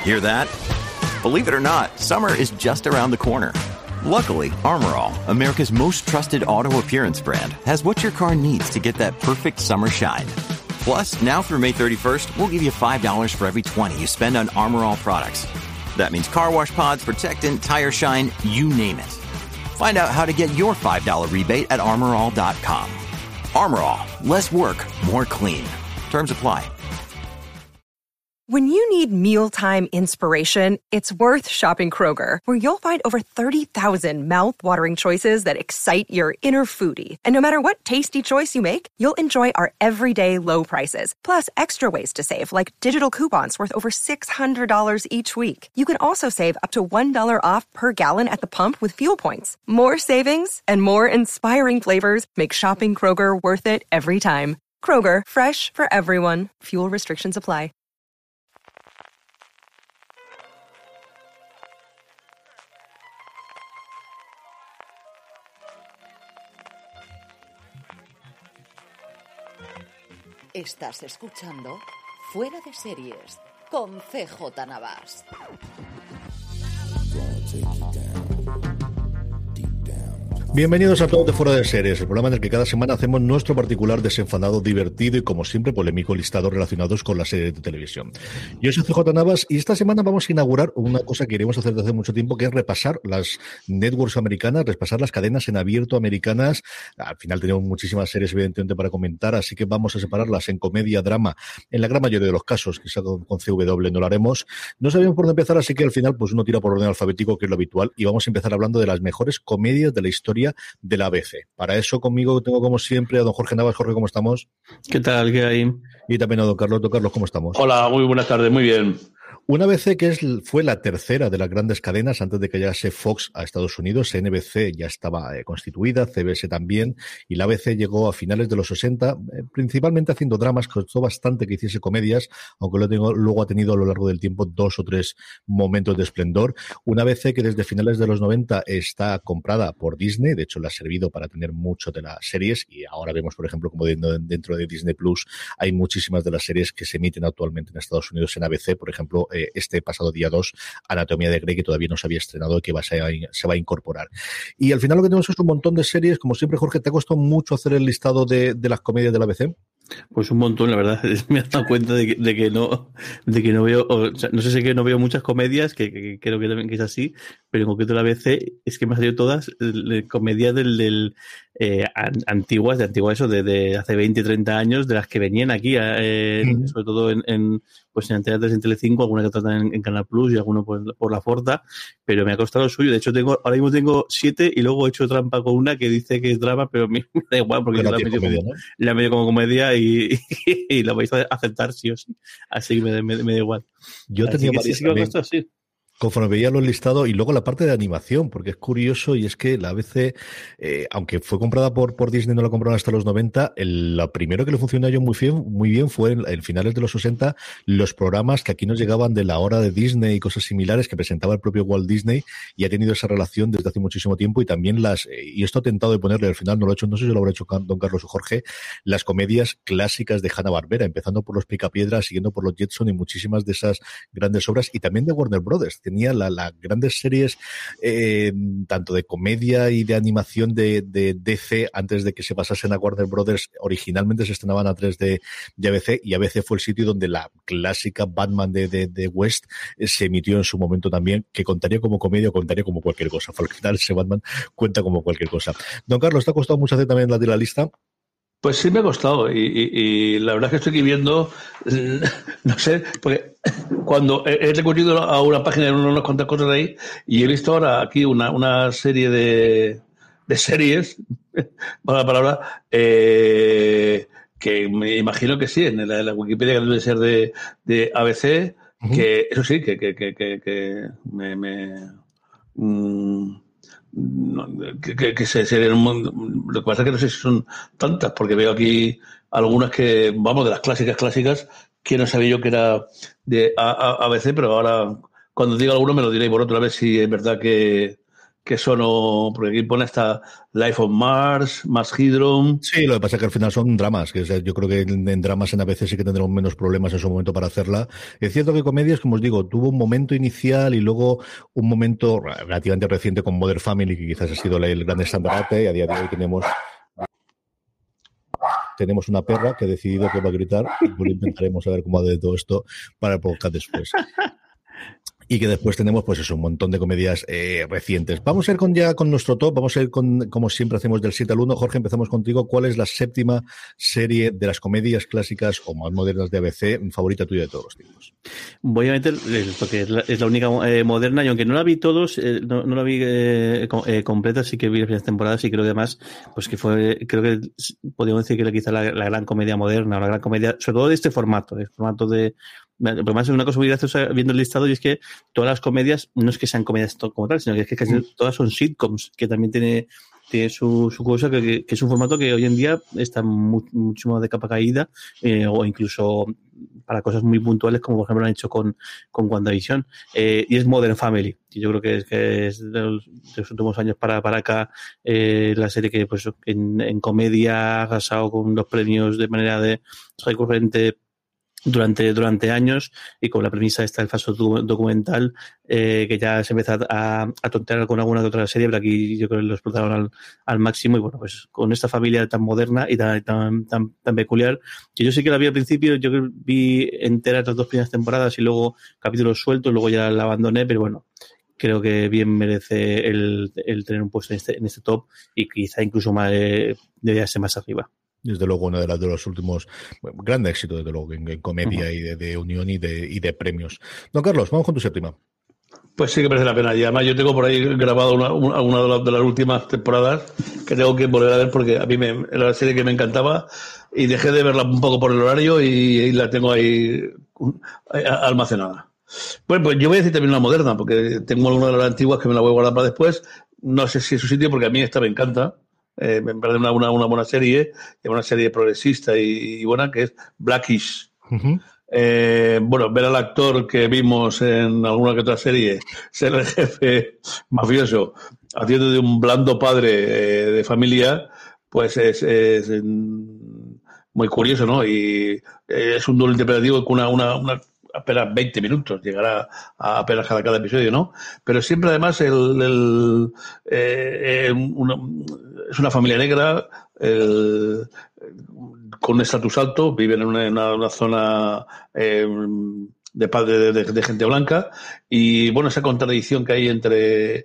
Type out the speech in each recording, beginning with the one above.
Hear that? Believe it or not, summer is just around the corner. Luckily, Armor All, America's most trusted auto appearance brand, has what your car needs to get that perfect summer shine. Plus, now through May 31st, we'll give you $5 for every $20 you spend on Armor All products. That means car wash pods, protectant, tire shine, you name it. Find out how to get your $5 rebate at armorall.com. Armor All, less work, more clean. Terms apply. When you need mealtime inspiration, it's worth shopping Kroger, where you'll find over 30,000 mouth-watering choices that excite your inner foodie. And no matter what tasty choice you make, you'll enjoy our everyday low prices, plus extra ways to save, like digital coupons worth over $600 each week. You can also save up to $1 off per gallon at the pump with fuel points. More savings and more inspiring flavors make shopping Kroger worth it every time. Kroger, fresh for everyone. Fuel restrictions apply. Estás escuchando Fuera de Series con CJ Navas. Bienvenidos a todos de Fuera de Series, el programa en el que cada semana hacemos nuestro particular desenfadado, divertido y, como siempre, polémico listado relacionados con las series de televisión. Yo soy CJ Navas y esta semana vamos a inaugurar una cosa que queremos hacer desde hace mucho tiempo, que es repasar las networks americanas, repasar las cadenas en abierto americanas. Al final tenemos muchísimas series, evidentemente, para comentar, así que vamos a separarlas en comedia, drama, en la gran mayoría de los casos, quizá con CW no lo haremos. No sabíamos por dónde empezar, así que al final pues uno tira por orden alfabético, que es lo habitual, y vamos a empezar hablando de las mejores comedias de la historia de la ABC. Para eso conmigo tengo, como siempre, a don Jorge Navas. Jorge, ¿cómo estamos? ¿Qué tal? ¿Qué hay? Y también a don Carlos. Don Carlos, ¿cómo estamos? Hola, muy buenas tardes, muy bien. Una ABC que fue la tercera de las grandes cadenas antes de que llegase Fox a Estados Unidos. NBC ya estaba constituida, CBS también, y la ABC llegó a finales de los 60, principalmente haciendo dramas. Costó bastante que hiciese comedias, aunque luego ha tenido a lo largo del tiempo 2 o 3 momentos de esplendor. Una ABC que desde finales de los 90 está comprada por Disney, de hecho le ha servido para tener mucho de las series, y ahora vemos, por ejemplo, como dentro de Disney Plus hay muchísimas de las series que se emiten actualmente en Estados Unidos en ABC. Por ejemplo, este pasado día 2, Anatomía de Grey, que todavía no se había estrenado y que se va a incorporar. Y al final lo que tenemos es un montón de series. Como siempre, Jorge, ¿te ha costado mucho hacer el listado de las comedias de la ABC? Pues un montón, la verdad. Me he dado cuenta de que no veo, o sea, no sé si es que no veo muchas comedias, que creo que también que es así, pero en concreto la ABC es que me han salido todas comedias antiguas, de hace 20, 30 años, de las que venían aquí, sobre todo en Antena 3, en Telecinco, alguna que tratan en Canal Plus y alguno por La Forta, pero me ha costado lo suyo. De hecho, ahora mismo tengo 7 y luego he hecho trampa con una que dice que es drama, pero me da igual porque la he metido como comedia y la vais a aceptar sí o sí. Así que me da igual. Yo tenía varias también. Sí. Conforme veía los listados, y luego la parte de animación, porque es curioso, y es que la ABC, aunque fue comprada por Disney, no la compraron hasta los 90, lo primero que le funcionó a ellos muy bien fue en finales de los 60, los programas que aquí nos llegaban de la hora de Disney y cosas similares que presentaba el propio Walt Disney, y ha tenido esa relación desde hace muchísimo tiempo. Y también y esto he tentado de ponerle, al final no lo he hecho, no sé si lo habrá hecho don Carlos o Jorge, las comedias clásicas de Hanna-Barbera, empezando por los Picapiedras, siguiendo por los Jetson y muchísimas de esas grandes obras, y también de Warner Brothers. Tenía las grandes series, tanto de comedia y de animación de DC, antes de que se pasasen a Warner Brothers. Originalmente se estrenaban a través de ABC, y ABC fue el sitio donde la clásica Batman de West se emitió en su momento también, que contaría como comedia o contaría como cualquier cosa. Al final ese Batman cuenta como cualquier cosa. Don Carlos, ¿te ha costado mucho hacer también la de la lista? Pues sí me ha costado, y la verdad es que estoy aquí viendo, no sé, porque cuando he recurrido a una página de unas cuantas cosas ahí, y he visto ahora aquí una serie de series, para la palabra, que me imagino que sí, en la Wikipedia, que debe ser de ABC, que eso sí, que que serían un montón. Lo que pasa es que no sé si son tantas, porque veo aquí algunas que, vamos, de las clásicas, que no sabía yo que era de ABC, pero ahora, cuando diga alguno, me lo diréis por otro, a ver si es verdad que que son, porque aquí pone hasta Life on Mars, Mars Hydron. Sí, lo que pasa es que al final son dramas, que yo creo que en dramas en ABC sí que tendremos menos problemas en su momento para hacerla. Es cierto que comedias, como os digo, tuvo un momento inicial y luego un momento relativamente reciente con Modern Family, que quizás ha sido el gran estandarte, y a día de hoy tenemos una perra que ha decidido que va a gritar, y pues intentaremos saber cómo va de todo esto para el podcast después. Y que después tenemos, pues eso, un montón de comedias recientes. Vamos a ir ya con nuestro top, vamos a ir con, como siempre hacemos, del 7 al 1. Jorge, empezamos contigo. ¿Cuál es la séptima serie de las comedias clásicas o más modernas de ABC favorita tuya de todos los tiempos? Voy a meter, porque es la única moderna, y aunque no la vi todos, no la vi completa, sí que vi las primeras temporadas, y creo que además, pues creo que podríamos decir que quizá la gran comedia moderna, o la gran comedia, sobre todo de este formato, de además es una cosa muy graciosa viendo el listado, y es que todas las comedias no es que sean comedias como tal, sino que es que casi todas son sitcoms, que también tiene su cosa, que es un formato que hoy en día está mucho más de capa caída, o incluso para cosas muy puntuales, como por ejemplo lo han hecho con WandaVision, y es Modern Family, y yo creo que es de los últimos años para acá la serie que pues en comedia ha arrasado con los premios de manera recurrente durante años, y con la premisa esta del falso documental, que ya se empieza a tontear con alguna que otra serie, pero aquí yo creo que lo explotaron al máximo. Y bueno, pues con esta familia tan moderna y tan peculiar, que yo sí que la vi al principio, yo vi enteras las 2 primeras temporadas y luego capítulos sueltos, luego ya la abandoné, pero bueno, creo que bien merece el tener un puesto en este top, y quizá incluso más debería ser más arriba. Desde luego, uno de los últimos gran éxito, desde luego, en comedia y de unión y de premios. Don Carlos, vamos con tu séptima. Pues sí que merece la pena. Y además yo tengo por ahí grabado una de las últimas temporadas que tengo que volver a ver, porque a mí era la serie que me encantaba, y dejé de verla un poco por el horario y la tengo ahí almacenada. Bueno, pues yo voy a decir también una moderna, porque tengo alguna de las antiguas que me la voy a guardar para después. No sé si es su sitio, porque a mí esta me encanta. Me parece una buena serie, una serie progresista y buena, que es Blackish. Uh-huh. Bueno, ver al actor que vimos en alguna que otra serie ser el jefe mafioso haciendo de un blando padre de familia, pues es muy curioso, ¿no? Y es un duelo interpretativo con una apenas 20 minutos, llegará a apenas cada episodio, ¿no? Pero siempre además es una familia negra con un estatus alto, viven en una zona de padre de gente blanca, y bueno, esa contradicción que hay entre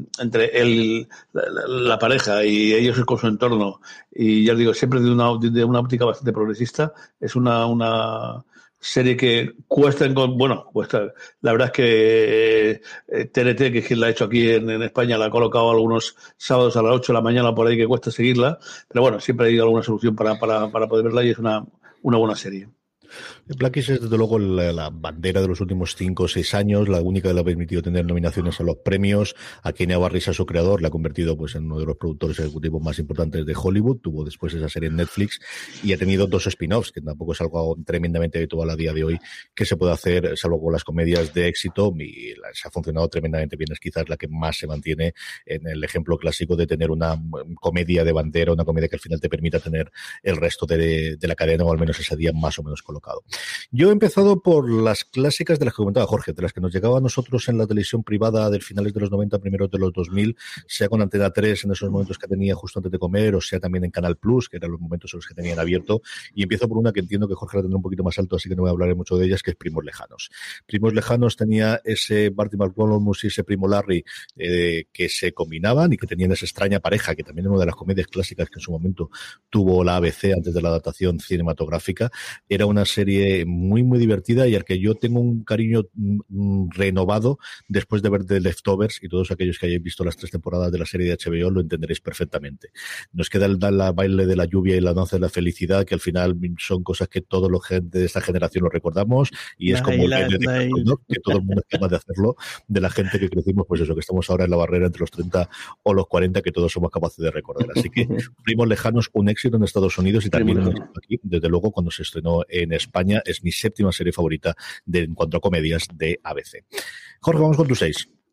la pareja y ellos con su entorno, y ya digo, siempre de una óptica bastante progresista. Es una serie que cuesta. La verdad es que TNT, que es quien la ha hecho aquí en España, la ha colocado algunos sábados a las 8 de la mañana por ahí, que cuesta seguirla, pero bueno, siempre hay alguna solución para poder verla, y es una buena serie. Blackish es desde luego la bandera de los últimos 5 o 6 años, la única que le ha permitido tener nominaciones a los premios. A Kenya Barris, a su creador, le ha convertido pues en uno de los productores ejecutivos más importantes de Hollywood. Tuvo después esa serie en Netflix y ha tenido 2 spin-offs, que tampoco es algo tremendamente habitual a día de hoy que se puede hacer, salvo con las comedias de éxito, y se ha funcionado tremendamente bien. Es quizás la que más se mantiene en el ejemplo clásico de tener una comedia de bandera, una comedia que al final te permita tener el resto de la cadena, o al menos ese día más o menos colocado. Yo he empezado por las clásicas de las que comentaba Jorge, de las que nos llegaba a nosotros en la televisión privada de finales de los 90, primeros de los 2000, sea con Antena 3 en esos momentos que tenía justo antes de comer, o sea también en Canal Plus, que eran los momentos en los que tenían abierto. Y empiezo por una que entiendo que Jorge la tendrá un poquito más alto, así que no voy a hablar mucho de ellas, que es Primos Lejanos. Primos Lejanos tenía ese Barty McCollum y ese Primo Larry que se combinaban y que tenían esa extraña pareja, que también es una de las comedias clásicas que en su momento tuvo la ABC antes de la adaptación cinematográfica. Era una serie muy, muy divertida, y al que yo tengo un cariño renovado después de ver The Leftovers, y todos aquellos que hayáis visto las 3 temporadas de la serie de HBO lo entenderéis perfectamente. Nos queda el baile de la lluvia y la danza de la felicidad, que al final son cosas que todos los gente de esta generación lo recordamos, y es como el baile de Cartoon, ¿no? Que todo el mundo es capaz de hacerlo, de la gente que crecimos, pues eso, que estamos ahora en la barrera entre los 30 o los 40, que todos somos capaces de recordar. Así que Primos Lejanos, un éxito en Estados Unidos y también un éxito aquí, desde luego, cuando se estrenó en España. Es mi séptima serie favorita en cuanto a comedias de ABC. Jorge, vamos con tu 6.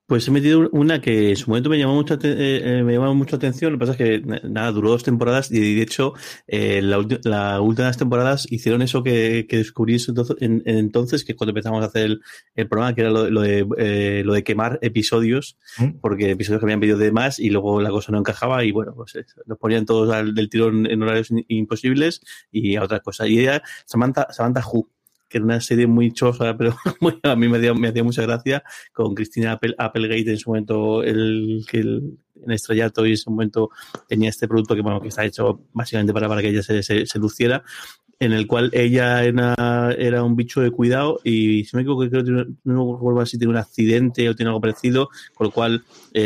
Pues he metido una que en su momento me llamó mucho atención. Lo que pasa es que nada, duró 2 temporadas y de hecho la última de las temporadas hicieron eso que descubrí entonces, que cuando empezamos a hacer el programa, que era lo de quemar episodios, porque episodios que habían pedido de más y luego la cosa no encajaba y bueno, pues los ponían todos del tirón en horarios imposibles y a otras cosas. Y ella, Samantha Who, que era una serie muy chosa, pero a mí me hacía mucha gracia, con Christina Applegate en su momento, en estrellato, y en ese momento tenía este producto que está hecho básicamente para que ella se luciera, en el cual ella era un bicho de cuidado y si me equivoco creo que no recuerdo si tiene un accidente o tiene algo parecido, con lo cual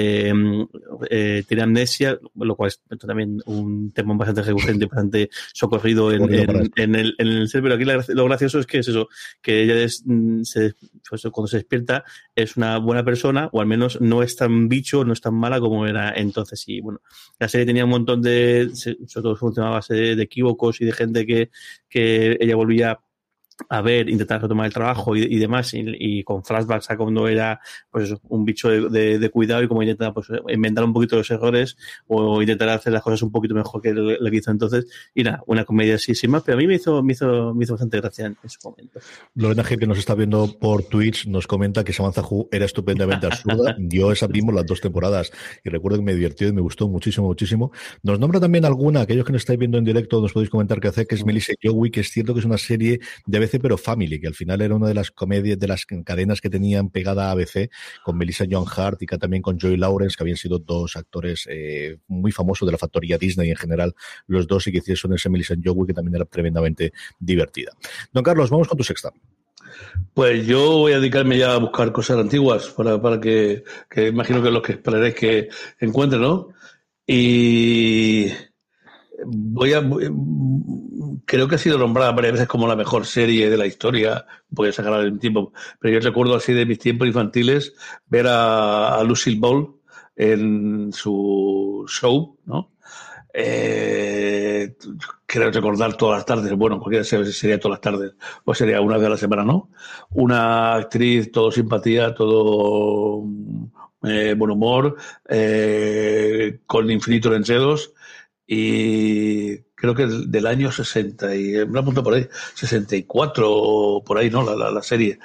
tiene amnesia, lo cual es también un tema bastante recurrente, bastante socorrido en el ser, pero aquí lo gracioso es que es eso, que ella cuando se despierta es una buena persona, o al menos no es tan bicho, no es tan mala como era entonces. Y bueno, la serie tenía un montón sobre todo funcionaba a base de equívocos y de gente que ella volvía a ver, intentar retomar el trabajo y demás, y con flashbacks a cuando era pues eso, un bicho de cuidado, y como intentaba pues inventar un poquito los errores o intentar hacer las cosas un poquito mejor que lo que hizo entonces. Y nada, una comedia así sin más, pero a mí me hizo bastante gracia en su momento. Lorena G, que nos está viendo por Twitch, nos comenta que Samantha Who era estupendamente absurda. Yo esa vimos las 2 temporadas y recuerdo que me divirtió y me gustó muchísimo. Nos nombra también alguna, aquellos que nos estáis viendo en directo nos podéis comentar qué hace, que es Melissa Joey, que es cierto que es una serie de ABC pero Family, que al final era una de las comedias, de las cadenas que tenían pegada a ABC, con Melissa Joan Hart y que también con Joey Lawrence, que habían sido 2 actores muy famosos de la factoría Disney en general, los dos, y que hicieron ese Melissa Joey, que también era tremendamente divertida. Don Carlos, vamos con tu sexta. Pues yo voy a dedicarme ya a buscar cosas antiguas para que imagino que es lo que esperaréis que encuentre, ¿no? Y creo que ha sido nombrada varias veces como la mejor serie de la historia, voy a sacar el tiempo, pero yo recuerdo así de mis tiempos infantiles ver a Lucille Ball en su show, ¿no? Quiero recordar todas las tardes, bueno, cualquiera sería todas las tardes, o sería una vez a la semana, ¿no? Una actriz, todo simpatía, todo buen humor, con infinitos enredos. Y creo que del año 60, y me lo apunto por ahí, 64, por ahí, ¿no? La serie.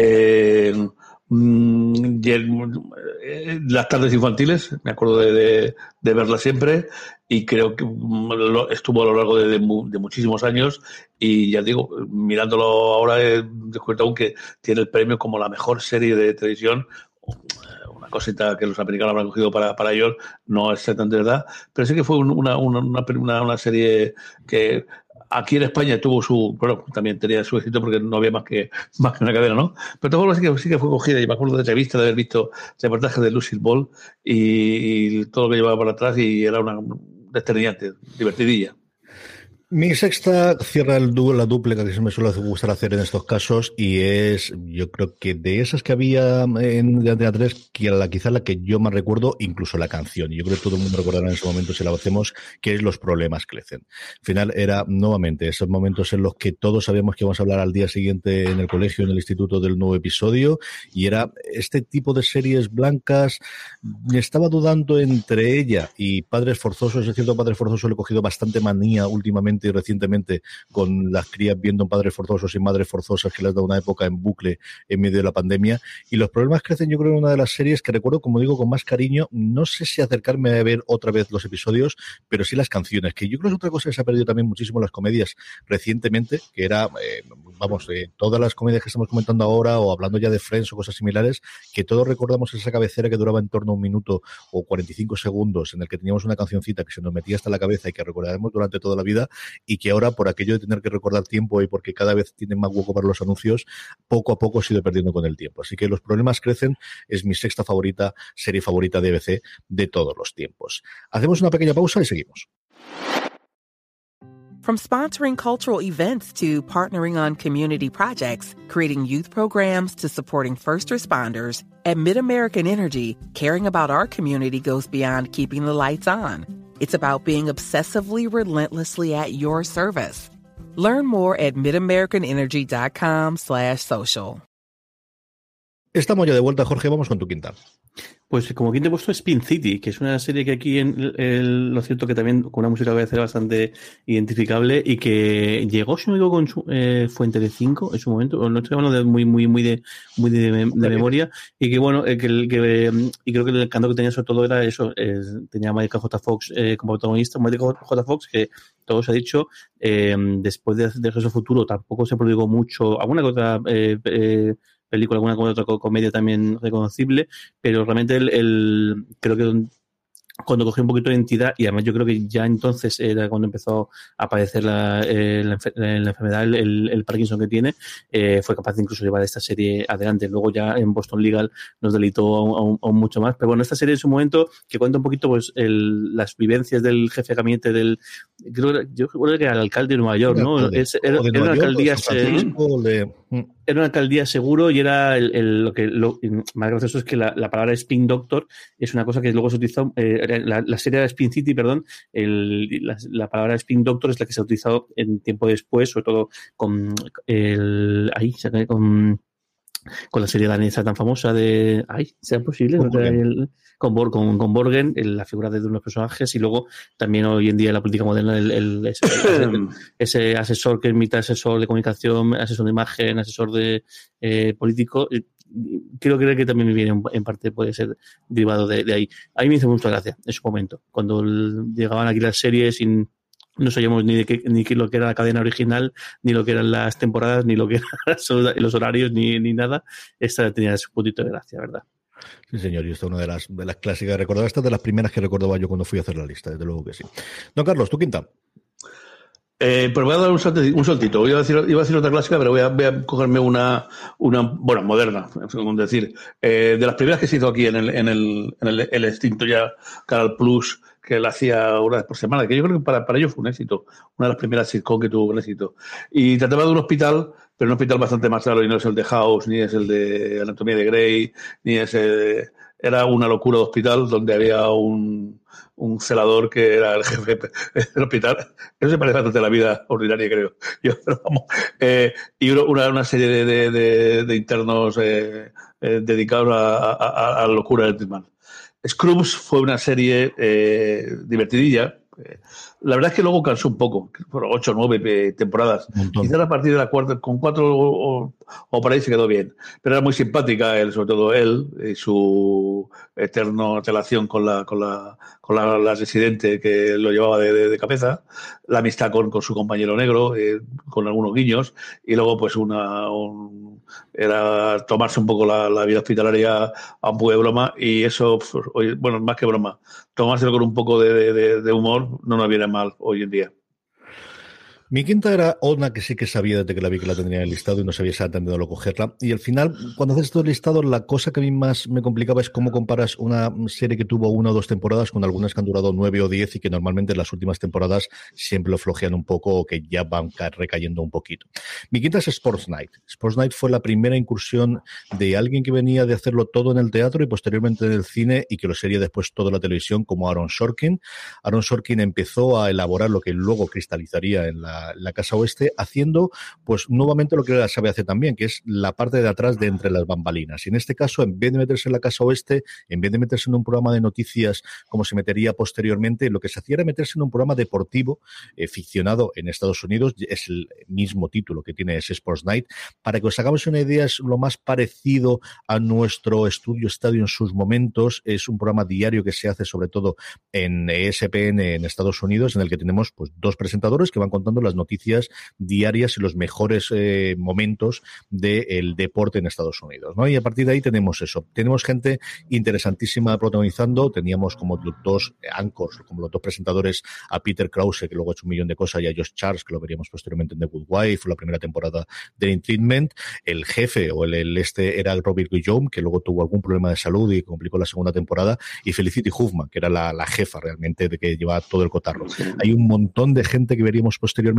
Las tardes infantiles, me acuerdo de verla siempre, y creo que estuvo a lo largo de muchísimos años, y ya digo, mirándolo ahora he descubierto aún que tiene el premio como la mejor serie de televisión. Cosita que los americanos habrán cogido para ellos, no es exactamente verdad, pero sí que fue una serie que aquí en España tuvo bueno, también tenía su éxito porque no había más que una cadena, ¿no? Pero todo sí que fue cogida, y me acuerdo de entrevistas, de haber visto reportajes de Lucille Ball y todo lo que llevaba para atrás, y era una determinante, divertidilla. Mi sexta cierra la dúplica que se me suele gustar hacer en estos casos, y es, yo creo que de esas que había en Antena 3, quizá la que yo más recuerdo, incluso la canción, y yo creo que todo el mundo recordará en ese momento si la hacemos, que es Los problemas crecen. Al final era nuevamente esos momentos en los que todos sabíamos que íbamos a hablar al día siguiente en el colegio, en el instituto, del nuevo episodio, y era este tipo de series blancas. Estaba dudando entre ella y Padres Forzosos. Es cierto, Padres Forzosos le he cogido bastante manía últimamente y recientemente, con las crías viendo Padres Forzosos y Madres Forzosas, que les da una época en bucle en medio de la pandemia. Y Los problemas crecen, yo creo, en una de las series que recuerdo, como digo, con más cariño. No sé si acercarme a ver otra vez los episodios, pero sí las canciones, que yo creo que es otra cosa que se ha perdido también muchísimo en las comedias recientemente, que era, todas las comedias que estamos comentando ahora, o hablando ya de Friends o cosas similares, que todos recordamos esa cabecera que duraba en torno a 1 minuto o 45 segundos, en el que teníamos una cancioncita que se nos metía hasta la cabeza y que recordaremos durante toda la vida, y que ahora, por aquello de tener que recordar tiempo y porque cada vez tienen más hueco para los anuncios, poco a poco se ha ido perdiendo con el tiempo. Así que Los problemas crecen es mi sexta serie favorita de ABC de todos los tiempos. Hacemos una pequeña pausa y seguimos. From sponsoring cultural events to partnering on community projects, creating youth programs to supporting first responders, at MidAmerican Energy, caring about our community goes beyond keeping the lights on. It's about being obsessively relentlessly at your service. Learn more at midamericanenergy.com/social. Estamos ya de vuelta, Jorge, vamos con tu quinta. Pues como quinta he puesto Spin City, que es una serie que aquí lo cierto que también con una música que era bastante identificable y que llegó, si no digo, con Fuente de 5 en su momento, no estoy hablando de muy de memoria, y que bueno, y creo que el canto que tenía sobre todo era eso, tenía a Michael J. Fox como protagonista, Michael J. Fox, que todo se ha dicho, después de Regreso al Futuro tampoco se prodigó mucho, alguna que otra película, alguna otra comedia también reconocible, pero realmente creo que cuando cogió un poquito de identidad, y además yo creo que ya entonces era cuando empezó a aparecer la enfermedad, el Parkinson que tiene, fue capaz de incluso llevar esta serie adelante. Luego ya en Boston Legal nos deleitó aún mucho más. Pero bueno, esta serie en su momento que cuenta un poquito pues las vivencias del jefe de gabinete yo creo que era el alcalde de Nueva York, ¿no? Era una alcaldía... Era una alcaldía seguro y era lo más gracioso es que la palabra Spin Doctor es una cosa que luego se utilizó, la serie de Spin City, perdón, la palabra Spin Doctor es la que se ha utilizado en tiempo después, sobre todo con la serie danesa tan famosa de... ¿será posible? Con Borgen, la figura de unos personajes, y luego también hoy en día en la política moderna ese asesor que es mitad asesor de comunicación, asesor de imagen, asesor de político. Quiero creer que también viene en parte, puede ser derivado de ahí. A mí me hizo mucha gracia en su momento, cuando llegaban aquí las series y no sabíamos ni lo que era la cadena original, ni lo que eran las temporadas, ni lo que eran los horarios, ni nada. Esta tenía su puntito de gracia, ¿verdad? Sí, señor, y esta es una de las clásicas. Recordaba, esta de las primeras que recordaba yo cuando fui a hacer la lista, desde luego que sí. Don Carlos, ¿tu quinta? Pues voy a dar un saltito. Iba a decir otra clásica, pero voy a cogerme una bueno, moderna, es decir, de las primeras que se hizo aquí en el extinto ya Canal Plus, que la hacía una vez por semana, que yo creo que para ellos fue un éxito, una de las primeras sitcom que tuvo un éxito. Y trataba de un hospital, pero un hospital bastante más claro, y no es el de House, ni es el de Anatomía de Grey, ni es era una locura de hospital donde había un celador que era el jefe del hospital. Eso se parece bastante a la vida ordinaria, creo. Pero vamos. Y una serie de internos dedicados a la locura del mal. Scrubs fue una serie divertidilla. La verdad es que luego cansó un poco, fueron 8 o 9 temporadas. Quizás a partir de la cuarta, con 4 o por ahí se quedó bien. Pero era muy simpática, sobre todo él, y su eterna relación con la residente que lo llevaba de cabeza, la amistad con su compañero negro, con algunos guiños, y luego pues era tomarse un poco la vida hospitalaria a un poco de broma, y eso, bueno, más que broma, tomárselo con un poco de humor no nos viene mal hoy en día. Mi quinta era una que sí que sabía desde que la vi que la tendría en el listado y no sabía exactamente dónde cogerla. Y al final, cuando haces estos listados, la cosa que a mí más me complicaba es cómo comparas una serie que tuvo 1 o 2 temporadas con algunas que han durado 9 o 10 y que normalmente en las últimas temporadas siempre lo flojean un poco o que ya van recayendo un poquito. Mi quinta es Sports Night. Sports Night fue la primera incursión de alguien que venía de hacerlo todo en el teatro y posteriormente en el cine y que lo sería después todo en la televisión, como Aaron Sorkin. Aaron Sorkin empezó a elaborar lo que luego cristalizaría en la Casa Oeste, haciendo pues nuevamente lo que él sabe hacer también, que es la parte de atrás de entre las bambalinas. Y en este caso, en vez de meterse en la Casa Oeste, en vez de meterse en un programa de noticias como se metería posteriormente, lo que se hacía era meterse en un programa deportivo ficcionado en Estados Unidos. Es el mismo título que tiene ese Sports Night. Para que os hagamos una idea, es lo más parecido a nuestro Estudio Estadio en sus momentos. Es un programa diario que se hace sobre todo en ESPN en Estados Unidos, en el que tenemos pues 2 presentadores que van contando las noticias diarias y los mejores momentos del deporte en Estados Unidos, ¿no? Y a partir de ahí tenemos eso. Tenemos gente interesantísima protagonizando. Teníamos como los 2 anchors, como los 2 presentadores, a Peter Krause, que luego ha hecho un millón de cosas, y a Josh Charles, que lo veríamos posteriormente en The Good Wife, la primera temporada de In Treatment. El jefe o el era Robert Guillaume, que luego tuvo algún problema de salud y complicó la segunda temporada, y Felicity Huffman, que era la jefa realmente de que llevaba todo el cotarro. Hay un montón de gente que veríamos posteriormente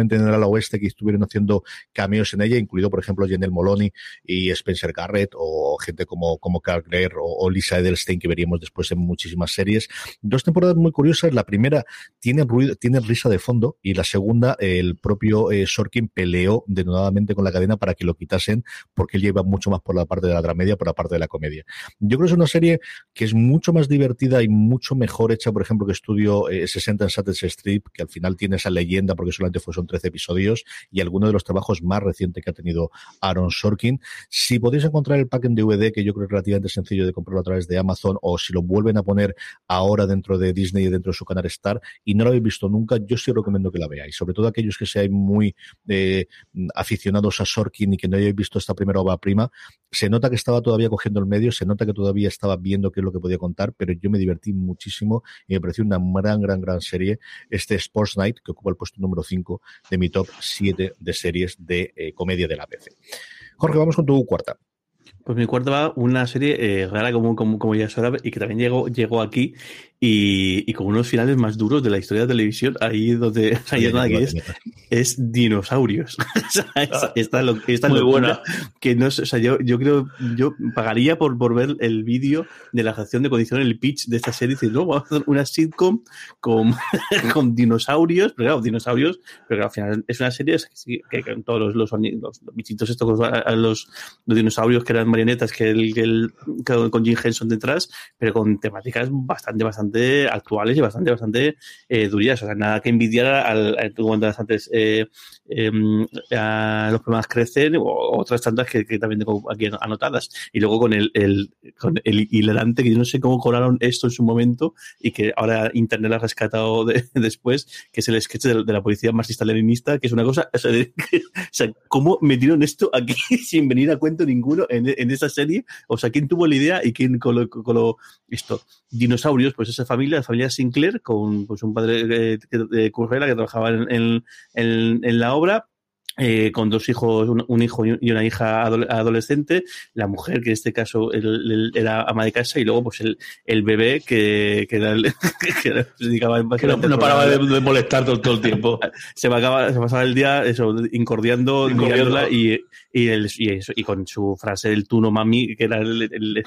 especialmente en el ala oeste, que estuvieron haciendo cameos en ella, incluido, por ejemplo, Janelle Moloney y Spencer Garrett, o gente como Carl Greer o Lisa Edelstein, que veríamos después en muchísimas series. 2 temporadas muy curiosas. La primera tiene ruido, tiene risa de fondo, y la segunda, el propio Sorkin peleó denodadamente con la cadena para que lo quitasen, porque él lleva mucho más por la parte de la dramedia, por la parte de la comedia. Yo creo que es una serie que es mucho más divertida y mucho mejor hecha, por ejemplo, que Estudio 60 en Sunset Strip, que al final tiene esa leyenda, porque solamente son 13 episodios, y alguno de los trabajos más recientes que ha tenido Aaron Sorkin. Si podéis encontrar el pack en DVD, que yo creo que es relativamente sencillo de comprarlo a través de Amazon, o si lo vuelven a poner ahora dentro de Disney y dentro de su canal Star, y no lo habéis visto nunca, yo sí recomiendo que la veáis, sobre todo aquellos que seáis muy aficionados a Sorkin y que no hayáis visto esta primera obra prima. Se nota que estaba todavía cogiendo el medio, se nota que todavía estaba viendo qué es lo que podía contar, pero yo me divertí muchísimo y me pareció una gran serie, Sports Night, que ocupa el puesto número 5 de mi top 7 de series de comedia de la ABC. Jorge, vamos con tu cuarta. Pues mi cuarta va una serie rara como ya sabes, y que también llegó aquí y con unos finales más duros de la historia de la televisión, ahí donde hay nada que es dinosaurios. Esta muy buena. Que no, o sea, yo creo, yo pagaría por ver el vídeo de la acción de condición, el pitch de esta serie, y decir, no, vamos a hacer una sitcom con dinosaurios, pero claro, dinosaurios, pero claro, al final es una serie que con todos los bichitos estos, los dinosaurios que eran marionetas, con Jim Henson detrás, pero con temáticas bastante actuales y bastante durillas. O sea, nada que envidiar tú comentabas antes, a Los problemas crecen, o otras tantas que también tengo aquí anotadas. Y luego con el hilarante, que yo no sé cómo cobraron esto en su momento y que ahora Internet lo ha rescatado después, que es el sketch de la policía marxista-leninista, que es una cosa, o sea, ¿cómo metieron esto aquí sin venir a cuento ninguno en esa serie? O sea, ¿quién tuvo la idea y quién coló esto? Dinosaurios, pues esa familia, la familia Sinclair, con pues un padre de Currela que trabajaba en la obra, con 2 hijos, un hijo y una hija adolescente, la mujer, que en este caso era ama de casa, y luego pues el bebé que no paraba de molestar todo el tiempo. se pasaba el día eso, incordiando. Y con su frase del tú no mami, que era el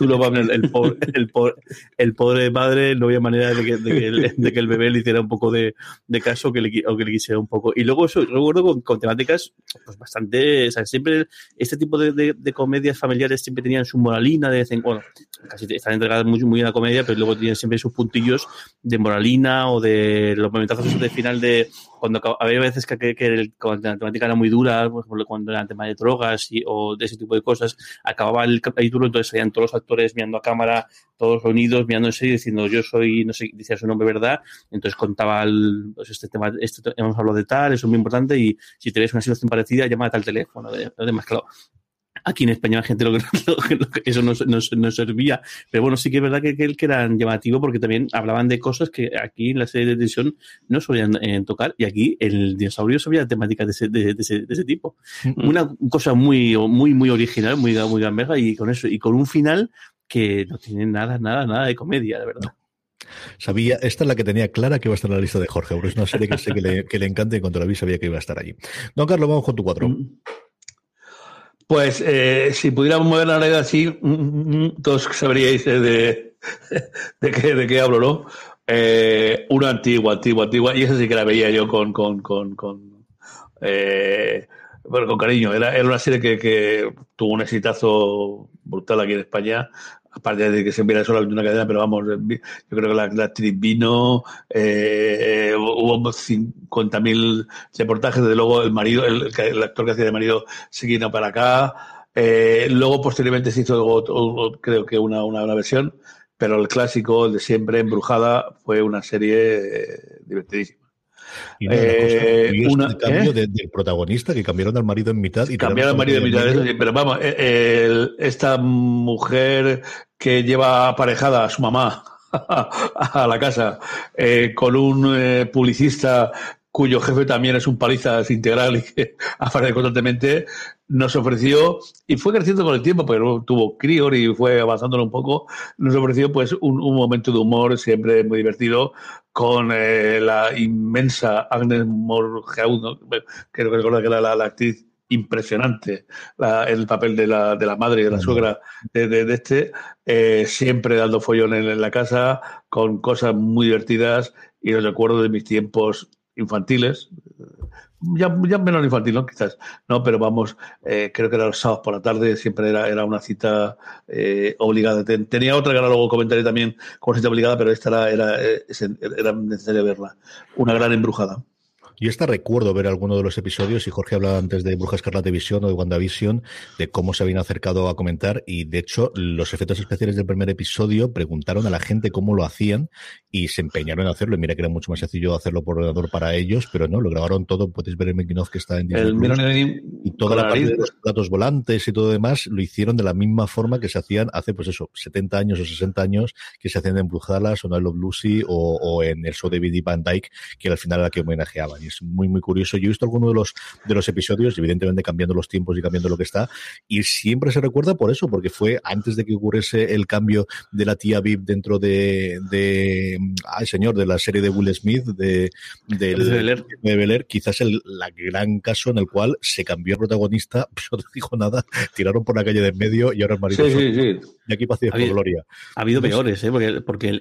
pobre padre, no había manera de que el bebé le hiciera un poco de caso, o que le quisiera un poco. Y luego eso, recuerdo con temáticas pues bastante, o sea, siempre este tipo de comedias familiares siempre tenían su moralina de vez en cuando, casi están entregadas muy en la comedia, pero luego tenían siempre sus puntillos de moralina o de los momentazos de final de cuando había veces cuando la temática era muy dura, por ejemplo, cuando era el tema de drogas o de ese tipo de cosas, acababa el capítulo, entonces salían todos los actores mirando a cámara, todos reunidos, mirando en serio, diciendo yo soy, no sé, decía su nombre, ¿verdad? Entonces contaba pues este tema, hemos hablado de tal, eso es muy importante, y si te ves una situación parecida, llama a tal teléfono, además, claro. Aquí en España la gente eso no servía, pero bueno, sí que es verdad que eran llamativos, porque también hablaban de cosas que aquí en la serie de televisión no solían tocar, y aquí en el dinosaurio había temáticas de ese tipo. Mm-hmm. Una cosa muy original, muy gamberra, y con eso, y con un final que no tiene nada de comedia, de verdad. Sabía, esta es la que tenía clara que iba a estar en la lista de Jorge, porque es una serie que sé que le encanta, y cuando la vi sabía que iba a estar allí. Don Carlos, vamos con tu 4. Pues si pudiéramos mover la realidad así, todos sabríais de qué hablo, ¿no? Una antigua, y esa sí que la veía yo con cariño. Era una serie que tuvo un exitazo brutal aquí en España, aparte de que se viera solamente una cadena, pero vamos, yo creo que la actriz vino, hubo 50.000 reportajes, desde luego el marido, el actor que hacía de marido se vino para acá, luego posteriormente se hizo creo que una versión, pero el clásico, el de siempre, Embrujada, fue una serie divertidísima. Y el cambio del protagonista, que cambiaron al marido en mitad. Cambiaron al marido en mitad, eso sí, pero vamos, esta mujer que lleva aparejada a su mamá a la casa, con un publicista cuyo jefe también es un palizas integral y que aparece constantemente, nos ofreció, y fue creciendo con el tiempo, porque luego tuvo Crior y fue avanzándolo un poco, nos ofreció pues un momento de humor siempre muy divertido con la inmensa Agnes Moorehead, ¿no? Creo que recordar que era la actriz impresionante, el papel de la madre y de la suegra de este, siempre dando follón en la casa, con cosas muy divertidas, y los recuerdo de mis tiempos infantiles, ya menos infantil, ¿no? Quizás, no, pero vamos, creo que era los sábados por la tarde, siempre era una cita obligada. Tenía otra que ahora luego comentaré también como cita obligada, pero esta era necesario verla. Una gran embrujada. Yo recuerdo ver alguno de los episodios, y Jorge hablaba antes de Bruja Escarlata Visión o de WandaVision, de cómo se habían acercado a comentar, y de hecho los efectos especiales del primer episodio preguntaron a la gente cómo lo hacían y se empeñaron en hacerlo, y mira que era mucho más sencillo hacerlo por ordenador para ellos, pero no, lo grabaron todo. Puedes ver el making of que está en Disney Plus, y toda la parte de los platos volantes y todo demás lo hicieron de la misma forma que se hacían hace, pues eso, 70 años o 60 años, que se hacían en Brujalas o en I Love Lucy o en el show de Billy Van Dyke, que al final era que homenajeaban. Y es muy, muy curioso. Yo he visto alguno de los episodios, evidentemente cambiando los tiempos y cambiando lo que está, y siempre se recuerda por eso, porque fue antes de que ocurriese el cambio de la tía Viv dentro de la serie de Will Smith, de Bel Air, quizás la gran caso en el cual se cambió el protagonista, no te digo nada, tiraron por la calle de en medio y ahora el marido. Sí. Y aquí pasé por gloria. Ha habido peores, porque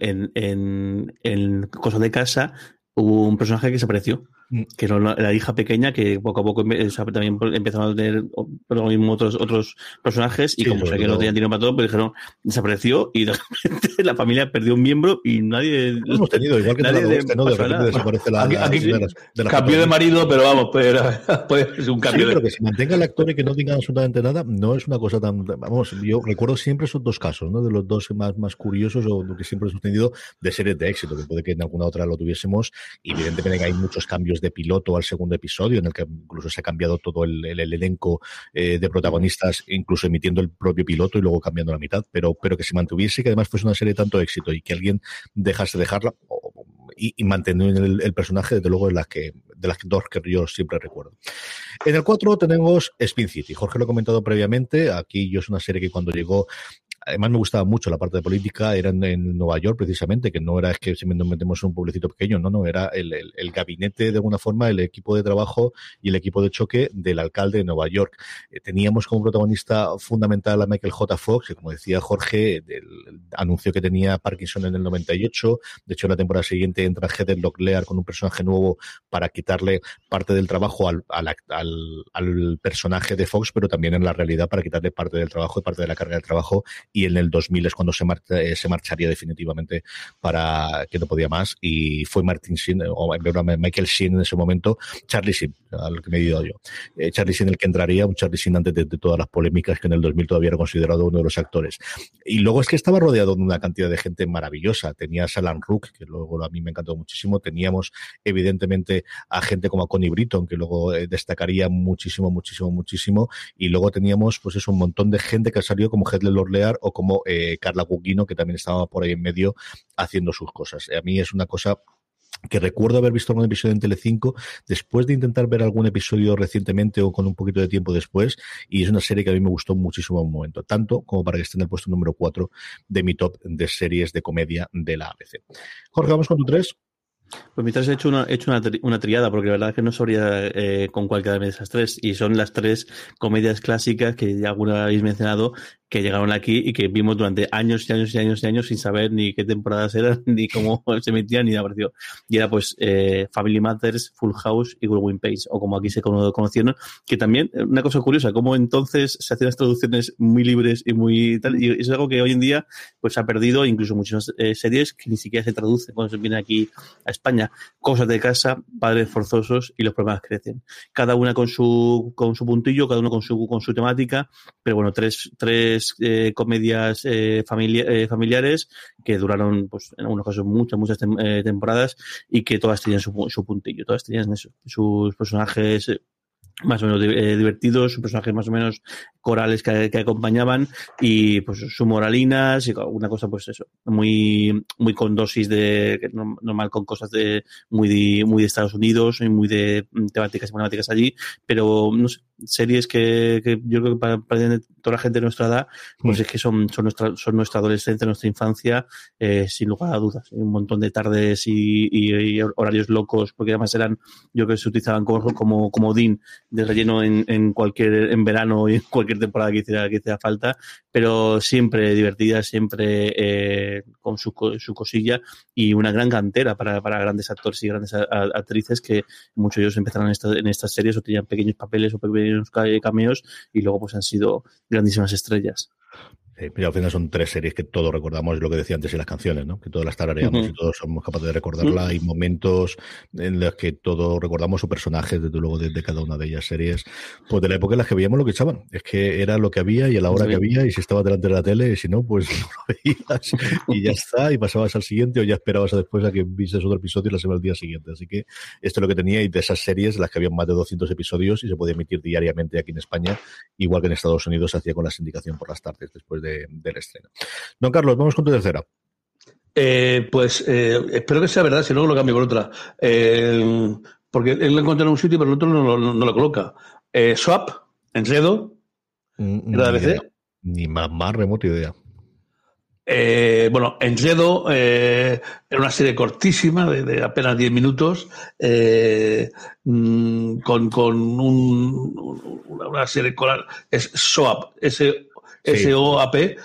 en Cosas de Casa hubo un personaje que desapareció, que era la hija pequeña, que poco a poco también empezaron a tener protagonismo otros personajes, y como sé que no tenían dinero para todo, pues dijeron, desapareció, y de repente la familia perdió un miembro y nadie... Lo hemos tenido, igual que nadie de repente desaparece la cambió de marido, pero vamos, puede ser un cambio. Sí, pero que se mantenga el actor y que no diga absolutamente nada, no es una cosa tan... Vamos, yo recuerdo siempre esos dos casos, ¿no? De los dos más curiosos, o lo que siempre he sostenido, de series de éxito, que puede que en alguna otra lo tuviésemos, y evidentemente hay muchos cambios de piloto al segundo episodio, en el que incluso se ha cambiado todo el elenco de protagonistas, incluso emitiendo el propio piloto y luego cambiando la mitad, pero que se mantuviese, que además fuese una serie de tanto éxito y que alguien dejase dejarla y mantener el personaje, desde luego, de las dos que yo siempre recuerdo. En el 4 tenemos Spin City. Jorge lo ha comentado previamente. Aquí yo es una serie que cuando llegó, además me gustaba mucho la parte de política, era en Nueva York precisamente, que no era es que si nos metemos en un pueblecito pequeño, no, era el gabinete de alguna forma, el equipo de trabajo y el equipo de choque del alcalde de Nueva York. Teníamos como protagonista fundamental a Michael J. Fox, que como decía Jorge, anunció que tenía Parkinson en el 98, de hecho en la temporada siguiente entra Heather Locklear con un personaje nuevo para quitarle parte del trabajo al personaje de Fox, pero también en la realidad para quitarle parte del trabajo y parte de la carga del trabajo, y en el 2000 es cuando se marcharía definitivamente para que no podía más, y fue Martin Sheen, o Michael Sheen en ese momento, Charlie Sheen, al que me he ido yo. Charlie Sheen el que entraría, un Charlie Sheen antes de todas las polémicas, que en el 2000 todavía era considerado uno de los actores. Y luego es que estaba rodeado de una cantidad de gente maravillosa. Tenías a Alan Rook, que luego a mí me encantó muchísimo. Teníamos, evidentemente, a gente como a Connie Britton, que luego destacaría muchísimo. Y luego teníamos, pues eso, un montón de gente que salió como Heather Locklear o como Carla Gugino, que también estaba por ahí en medio haciendo sus cosas. A mí es una cosa que recuerdo haber visto algún episodio en Telecinco después de intentar ver algún episodio recientemente o con un poquito de tiempo después, y es una serie que a mí me gustó muchísimo en un momento, tanto como para que esté en el puesto número 4 de mi top de series de comedia de la ABC. Jorge, vamos con tu 3. Pues mientras he hecho una triada, porque la verdad es que no sabría con cuál quedarme de esas tres, y son las tres comedias clásicas que ya alguna habéis mencionado, que llegaron aquí y que vimos durante años sin saber ni qué temporadas eran, ni cómo se emitían, ni nada parecido. Y era pues Family Matters, Full House y Growing Pains, o como aquí se conocieron, que también, una cosa curiosa, como entonces se hacían las traducciones muy libres y muy tal, y es algo que hoy en día pues se ha perdido, incluso muchas series que ni siquiera se traducen cuando se viene aquí a España. Cosas de Casa, Padres Forzosos y Los Problemas Crecen. Cada una con su puntillo, cada uno con su temática, pero bueno, tres comedias familiares que duraron, pues en algunos casos muchas temporadas, y que todas tenían su puntillo, todas tenían eso, sus personajes más o menos divertidos, personajes más o menos corales que acompañaban y pues sus moralinas y una cosa pues eso, muy con dosis de normal, con cosas de muy de Estados Unidos y muy de temáticas y problemáticas allí, pero no sé, series que yo creo que para toda la gente de nuestra edad pues es que son nuestra adolescencia, nuestra infancia, sin lugar a dudas. Un montón de tardes y horarios locos, porque además eran, yo creo que se utilizaban como comodín de relleno en verano y en cualquier temporada que hiciera falta, pero siempre divertida, siempre con su cosilla y una gran cantera para grandes actores y grandes actrices que muchos de ellos empezaron en estas series o tenían pequeños papeles o pequeños cameos y luego pues han sido grandísimas estrellas. Pero al final son 3 series que todos recordamos, lo que decía antes, y las canciones, ¿no? Que todas las tarareamos y todos somos capaces de recordarla. Hay momentos en los que todos recordamos sus personajes, desde luego, de cada una de ellas series, pues de la época en la que veíamos lo que echaban. Es que era lo que había y a la hora que había, y si estabas delante de la tele, y si no, pues no lo veías y ya está, y pasabas al siguiente o ya esperabas a después a que vieses otro episodio y la semana al día siguiente. Así que esto es lo que tenía, y de esas series, las que habían más de 200 episodios y se podía emitir diariamente aquí en España, igual que en Estados Unidos se hacía con la sindicación por las tardes después del estreno. Don Carlos, vamos con tu tercera. Espero que sea verdad, si no lo cambio por otra. Porque él lo encontró en un sitio, pero el otro no lo coloca. Swap, Enredo, ¿era de ABC? Ni más remota idea. Enredo era una serie cortísima de apenas 10 minutos con una serie coral. Es SOAP, S-O-A-P.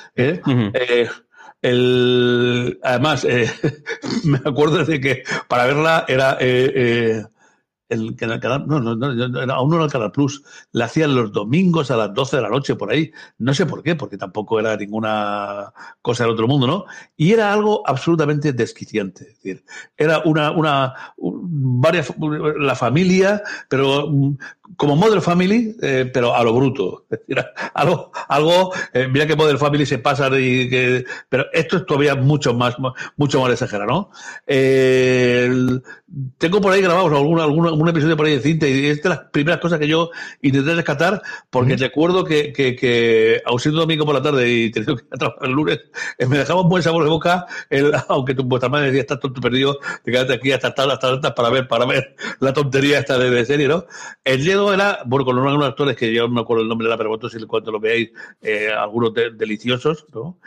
Además, me acuerdo de que para verla era el canal, aún no era el Canal Plus, la hacían los domingos a las 12 de la noche por ahí, no sé por qué, porque tampoco era ninguna cosa del otro mundo, ¿no? Y era algo absolutamente desquiciante, es decir, era la familia, pero como Modern Family, pero a lo bruto, es decir, algo mira que Modern Family se pasa pero esto es todavía mucho más exagerado, ¿no? Tengo por ahí grabados algún episodio por ahí de cinta, y es de las primeras cosas que yo intenté rescatar, porque recuerdo que aun siendo domingo por la tarde y teniendo que trabajar el lunes, me dejaba un buen sabor de boca, aunque vuestra madre decía, estás tonto perdido, te quedaste aquí hasta tarde para ver la tontería esta de serie, ¿no? El Dedo era, bueno, con algunos actores que yo no me acuerdo el nombre de la, pero vosotros si cuando lo veáis, algunos deliciosos, ¿no?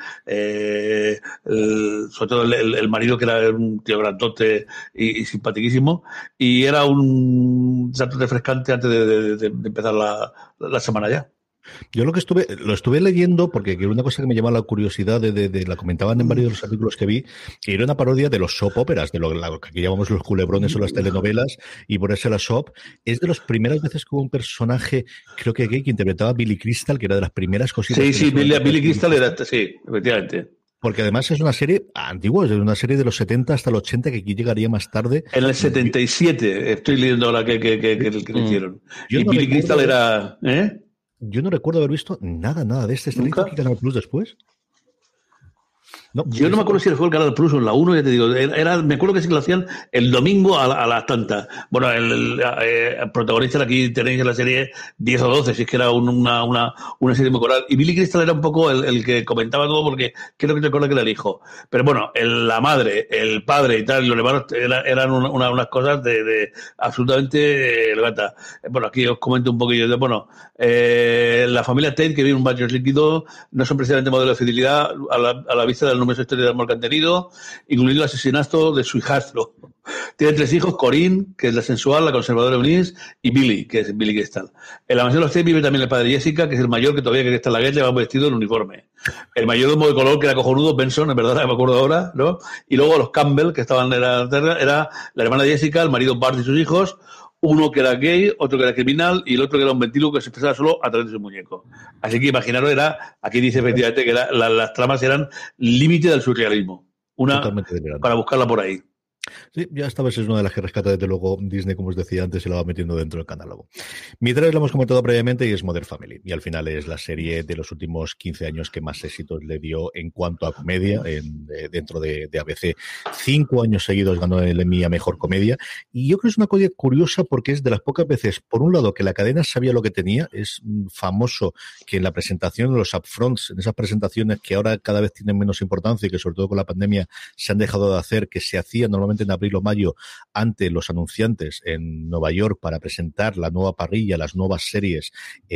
Sobre todo el marido, que era un tío grandote y simpaticísimo, y era un salto refrescante antes de empezar la semana ya. Yo lo estuve leyendo porque una cosa que me llamaba la curiosidad la comentaban en varios de los artículos que vi, que era una parodia de los soap operas, de lo que aquí llamamos los culebrones o las telenovelas, y por eso la soap es de las primeras veces que hubo un personaje, creo que gay, que interpretaba a Billy Crystal, que era de las primeras cositas. Sí, Billy Crystal era, sí, efectivamente. Porque además es una serie antigua, es una serie de los 70 hasta el 80, que aquí llegaría más tarde. En el 77, estoy leyendo ahora que le hicieron. Y Billy Crystal era... Yo no recuerdo haber visto nada de este. ¿Está aquí Canal Plus después? No, yo no me acuerdo si fue el Canal Plus o en la 1, ya te digo, me acuerdo que sí que lo hacían el domingo a las tantas. Bueno, el protagonista de aquí tenéis en la serie 10 o 12, si es que era una serie muy coral. Y Billy Crystal era un poco el que comentaba todo, porque creo que te acuerdas que era el hijo. Pero bueno, la madre, el padre y tal, y los hermanos eran unas cosas de absolutamente elevadas. Bueno, aquí os comento un poquillo de, la familia Tate, que vive en un baño líquido, no son precisamente modelos de fidelidad a la vista del numerosa historia de amor que han tenido, incluido el asesinato de su hijastro. Tiene 3 hijos: Corinne, que es la sensual, la conservadora Eunice, y Billy, que es Billy Crystal. En la mansión de los Tate vive también el padre Jessica, que es el mayor, que todavía que está en la guerra, lleva vestido en uniforme. El mayordomo de color, que era cojonudo, Benson, en verdad, me acuerdo ahora, ¿no? Y luego los Campbell, que estaban era la hermana de Jessica, el marido Bart y sus hijos, uno que era gay, otro que era criminal y el otro que era un ventríloco que se expresaba solo a través de su muñeco. Así que imaginaros, aquí dice efectivamente que las tramas eran límite del surrealismo. Una para buscarla por ahí. Sí, ya esta vez es una de las que rescata desde luego Disney, como os decía antes, y la va metiendo dentro del catálogo. Mi 3 lo hemos comentado previamente y es Modern Family. Y al final es la serie de los últimos 15 años que más éxitos le dio en cuanto a comedia dentro de ABC. 5 años seguidos ganó el Emmy a Mejor Comedia. Y yo creo que es una cosa curiosa porque es de las pocas veces, por un lado, que la cadena sabía lo que tenía. Es famoso que en la presentación, en los upfronts, en esas presentaciones que ahora cada vez tienen menos importancia y que sobre todo con la pandemia se han dejado de hacer, que se hacían normalmente en abril o mayo ante los anunciantes en Nueva York para presentar la nueva parrilla, las nuevas series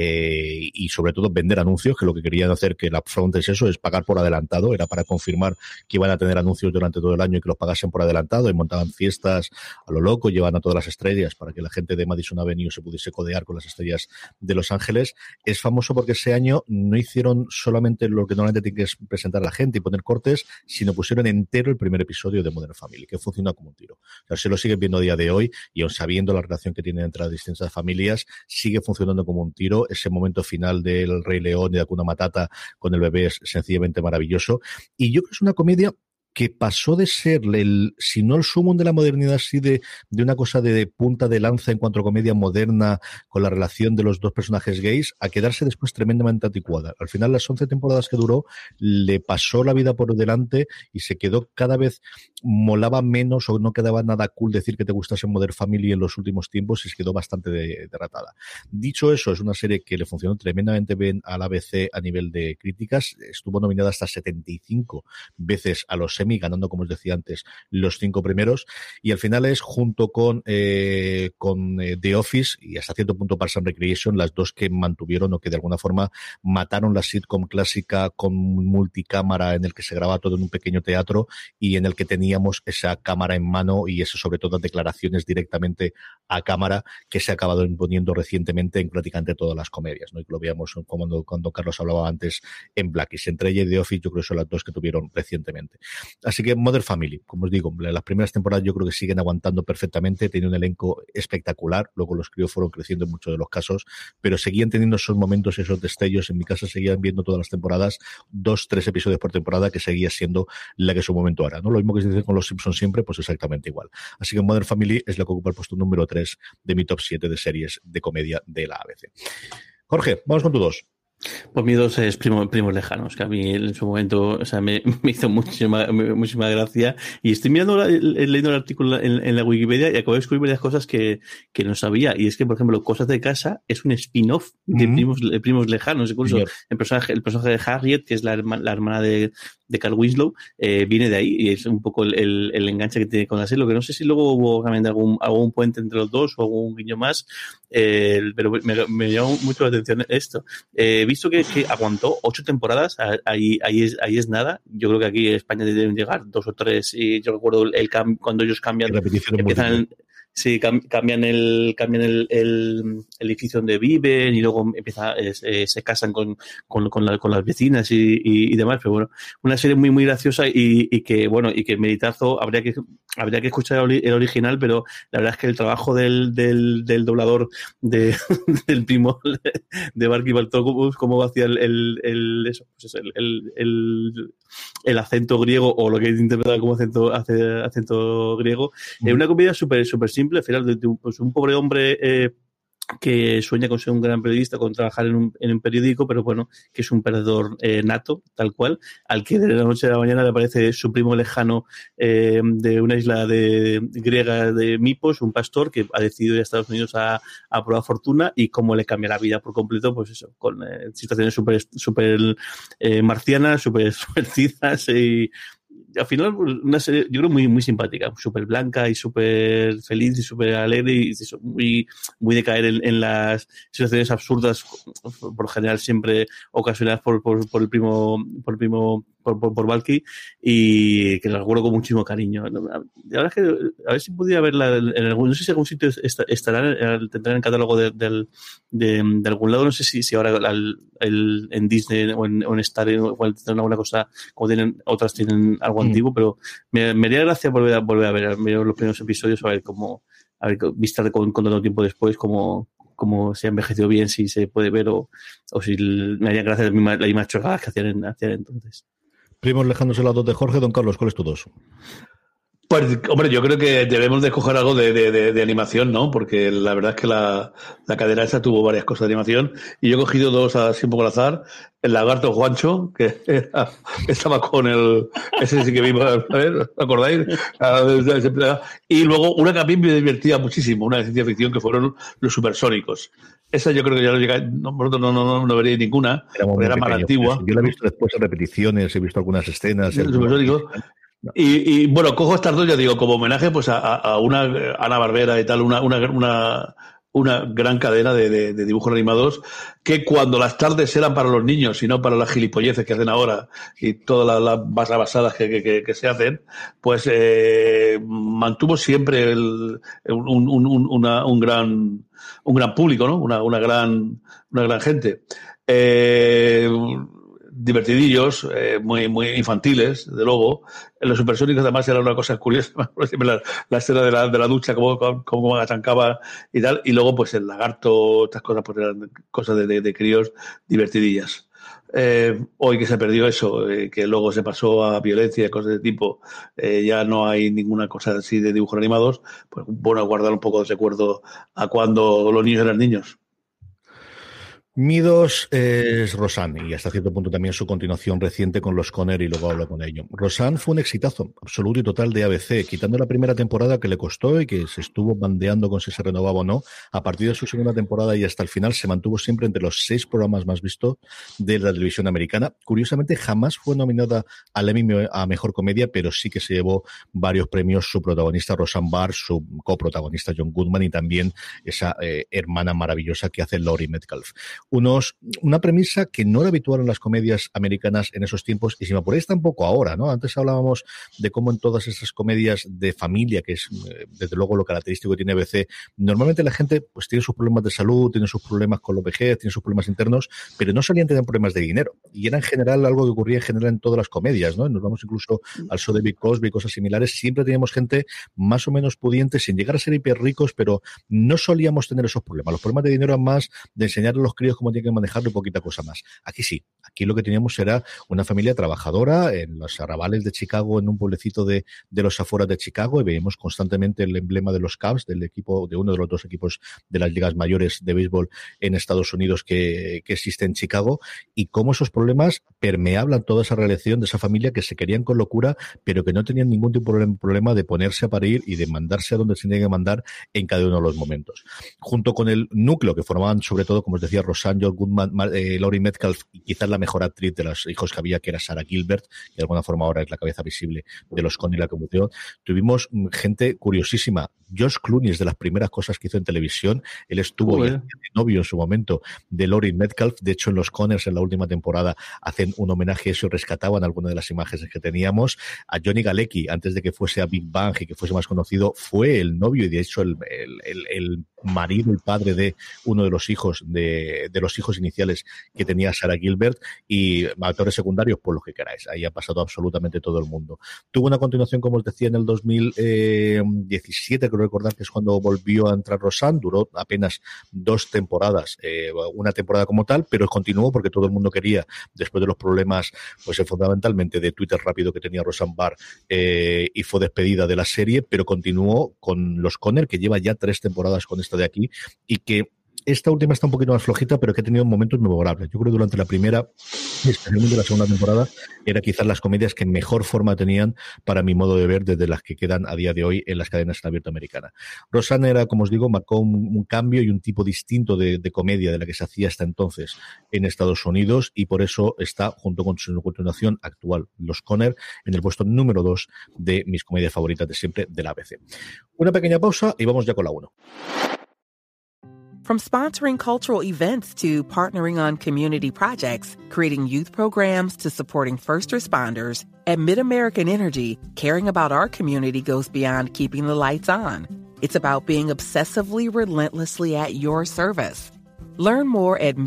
y sobre todo vender anuncios, que lo que querían hacer que la upfront es eso, es pagar por adelantado, era para confirmar que iban a tener anuncios durante todo el año y que los pagasen por adelantado, y montaban fiestas a lo loco, llevan a todas las estrellas para que la gente de Madison Avenue se pudiese codear con las estrellas de Los Ángeles. Es famoso porque ese año no hicieron solamente lo que normalmente tiene que presentar a la gente y poner cortes, sino pusieron entero el primer episodio de Modern Family, que funcionó como un tiro. O sea, se lo siguen viendo a día de hoy y aun sabiendo la relación que tienen entre las distintas familias, sigue funcionando como un tiro. Ese momento final del Rey León y de Hakuna Matata con el bebé es sencillamente maravilloso. Y yo creo que es una comedia que pasó de ser si no el sumum de la modernidad, sí de una cosa de punta de lanza en cuanto a comedia moderna con la relación de los dos personajes gays, a quedarse después tremendamente anticuada. Al final, las 11 temporadas que duró, le pasó la vida por delante y se quedó cada vez, molaba menos o no quedaba nada cool decir que te gustase Modern Family en los últimos tiempos y se quedó bastante derratada. Dicho eso, es una serie que le funcionó tremendamente bien al ABC a nivel de críticas. Estuvo nominada hasta 75 veces a los Emmy, ganando, como os decía antes, los 5 primeros, y al final es, junto con The Office y hasta cierto punto Parks and Recreation, las dos que mantuvieron o que de alguna forma mataron la sitcom clásica con multicámara en el que se grababa todo en un pequeño teatro y en el que teníamos esa cámara en mano y eso, sobre todo, declaraciones directamente a cámara, que se ha acabado imponiendo recientemente en prácticamente todas las comedias, ¿no? Y que lo veíamos cuando Carlos hablaba antes en Blackies. Entre ella y The Office yo creo que son las dos que tuvieron recientemente. Así que Modern Family, como os digo, las primeras temporadas yo creo que siguen aguantando perfectamente, tiene un elenco espectacular, luego los críos fueron creciendo en muchos de los casos, pero seguían teniendo esos momentos, esos destellos. En mi casa seguían viendo todas las temporadas, 2-3 episodios por temporada, que seguía siendo la que su momento era, ¿no? Lo mismo que se dice con los Simpsons siempre, pues exactamente igual. Así que Modern Family es la que ocupa el puesto número 3 de mi top 7 de series de comedia de la ABC. Jorge, vamos con tu 2. Pues mi 2 es Primos Lejanos, que a mí en su momento, o sea, me hizo muchísima gracia. Y estoy leyendo el artículo en la Wikipedia y acabo de descubrir varias cosas que no sabía. Y es que, por ejemplo, Cosas de Casa es un spin-off de Primos Lejanos. Incluso el personaje de Harriet, que es la hermana de Carl Winslow, viene de ahí, y es un poco el enganche que tiene con la serie. Lo que no sé si luego hubo realmente algún puente entre los dos o algún guiño más, pero me llamó mucho la atención esto. He visto que aguantó 8 temporadas, ahí es nada. Yo creo que aquí en España deben llegar 2 o 3, y yo recuerdo cuando ellos cambian, empiezan sí, cambian el edificio donde viven y luego se casan con las vecinas y demás. Pero bueno, una serie muy graciosa y que Meritazo habría que escuchar el original, pero la verdad es que el trabajo del doblador del primo de Barky Baltocus, cómo hacía el acento griego, o lo que interpretaba como acento griego, en una comedia súper simple. Al final, de un pobre hombre que sueña con ser un gran periodista, con trabajar en un periódico, pero bueno, que es un perdedor nato, tal cual, al que de la noche a la mañana le aparece su primo lejano de una isla griega de Mipos, un pastor que ha decidido ir a Estados Unidos a probar fortuna, y cómo le cambia la vida por completo, pues eso, con situaciones súper marcianas, súper sumercidas, y al final una serie, yo creo, muy simpática, súper blanca y súper feliz y súper alegre, y eso, muy de caer en las situaciones absurdas, por lo general siempre ocasionadas por el primo por Valky, y que la recuerdo con muchísimo cariño. La verdad es que a ver si pudiera verla en algún, no sé si algún sitio tendrá en el catálogo de algún lado. No sé si ahora en Disney o en Star igual tendrán alguna cosa, como otras tienen algo antiguo, pero me haría gracia volver a ver los primeros episodios, a ver vista con tanto tiempo después, cómo se ha envejecido bien, si se puede ver, o si me haría gracia las mismas chorradas que hacían entonces. Primos Lejanos, el lado de Jorge. Don Carlos, ¿cuál es tu 2? Pues, hombre, yo creo que debemos de escoger algo de animación, ¿no? Porque la verdad es que la cadena esa tuvo varias cosas de animación y yo he cogido dos así un poco al azar. El lagarto Juancho, que estaba con ese sí que vimos, a ver, ¿acordáis? Y luego una que a mí me divertía muchísimo, una de ciencia ficción, que fueron los supersónicos. Esa yo creo que ya no llega, vosotros no veréis ninguna, porque era más antigua. Yo la he visto después en repeticiones, he visto algunas escenas. El supersónico. Y bueno, cojo estas dos, ya digo, como homenaje pues a una Hanna-Barbera y tal, una gran cadena de dibujos animados, que cuando las tardes eran para los niños y no para las gilipolleces que hacen ahora y todas las basadas que se hacen, pues mantuvo siempre un gran público, ¿no? Una gran gente. Divertidillos, muy infantiles, de luego. En los supersónicos además era una cosa curiosa, siempre la escena de la ducha, cómo achancaba y tal, y luego pues el lagarto, estas cosas pues eran cosas de críos divertidillas. Hoy que se perdió eso, que luego se pasó a violencia y cosas de tipo, ya no hay ninguna cosa así de dibujos animados, pues bueno, guardar un poco de recuerdo a cuando los niños eran niños. Mi dos es Roseanne, y hasta cierto punto también su continuación reciente con los Conner, y luego hablo con ello. Roseanne fue un exitazo absoluto y total de ABC, quitando la primera temporada que le costó y que se estuvo bandeando con si se renovaba o no. A partir de su segunda temporada y hasta el final se mantuvo siempre entre los 6 programas más vistos de la televisión americana. Curiosamente, jamás fue nominada al Emmy a Mejor Comedia, pero sí que se llevó varios premios su protagonista Roseanne Barr, su coprotagonista John Goodman y también esa hermana maravillosa que hace Laurie Metcalf. Una premisa que no era habitual en las comedias americanas en esos tiempos, y si me apuráis tampoco ahora, ¿no? Antes hablábamos de cómo en todas esas comedias de familia, que es desde luego lo característico que tiene ABC, normalmente la gente pues tiene sus problemas de salud, tiene sus problemas con la vejez, tiene sus problemas internos, pero no solían tener problemas de dinero, y era en general algo que ocurría en general en todas las comedias, ¿no? Nos vamos incluso al show de Bill Cosby, cosas similares, siempre teníamos gente más o menos pudiente, sin llegar a ser hiper ricos, pero no solíamos tener esos problemas. Los problemas de dinero eran más de enseñarle a los críos cómo tienen que manejarlo y poquita cosa más. Aquí sí, aquí lo que teníamos era una familia trabajadora en los arrabales de Chicago, en un pueblecito de los afueras de Chicago, y veíamos constantemente el emblema de los Cubs, del equipo, de uno de los dos equipos de las ligas mayores de béisbol en Estados Unidos que existe en Chicago, y cómo esos problemas permeaban toda esa relación de esa familia que se querían con locura, pero que no tenían ningún tipo de problema de ponerse a parir y de mandarse a donde se tenían que mandar en cada uno de los momentos. Junto con el núcleo que formaban sobre todo, como os decía, Roseanne, John Goodman, Laurie Metcalf y quizás la mejor actriz de los hijos que había, que era Sarah Gilbert, que de alguna forma ahora es la cabeza visible de los Conner y la conmoción. Tuvimos gente curiosísima. Josh Clooney es de las primeras cosas que hizo en televisión. Él estuvo de novio en su momento de Laurie Metcalf. De hecho, en los Conners en la última temporada hacen un homenaje a eso y rescataban algunas de las imágenes que teníamos. A Johnny Galecki, antes de que fuese a Big Bang y que fuese más conocido, fue el novio y de hecho el marido y padre de uno de los hijos de los hijos iniciales que tenía Sarah Gilbert, y actores secundarios, por lo que queráis. Ahí ha pasado absolutamente todo el mundo. Tuvo una continuación, como os decía, en el 2017, creo recordar que es cuando volvió a entrar Roseanne. Duró apenas 2 temporadas, una temporada como tal, pero continuó porque todo el mundo quería, después de los problemas, pues fundamentalmente de Twitter rápido que tenía Roseanne Barr, y fue despedida de la serie, pero continuó con los Conner, que lleva ya 3 temporadas con esta de aquí, y que esta última está un poquito más flojita, pero que ha tenido momentos memorables. Yo creo que durante la primera, especialmente la segunda temporada, era quizás las comedias que mejor forma tenían, para mi modo de ver, desde las que quedan a día de hoy en las cadenas en abierto americana. Roseanne era, como os digo, marcó un cambio y un tipo distinto de comedia de la que se hacía hasta entonces en Estados Unidos, y por eso está, junto con su continuación actual, Los Conner, en el puesto número 2 de mis comedias favoritas de siempre de la ABC. Una pequeña pausa y vamos ya con la 1. From sponsoring cultural events to partnering on community projects, creating youth programs to supporting first responders, at MidAmerican Energy, caring about our community goes beyond keeping the lights on. It's about being obsessively relentlessly at your service. Learn more at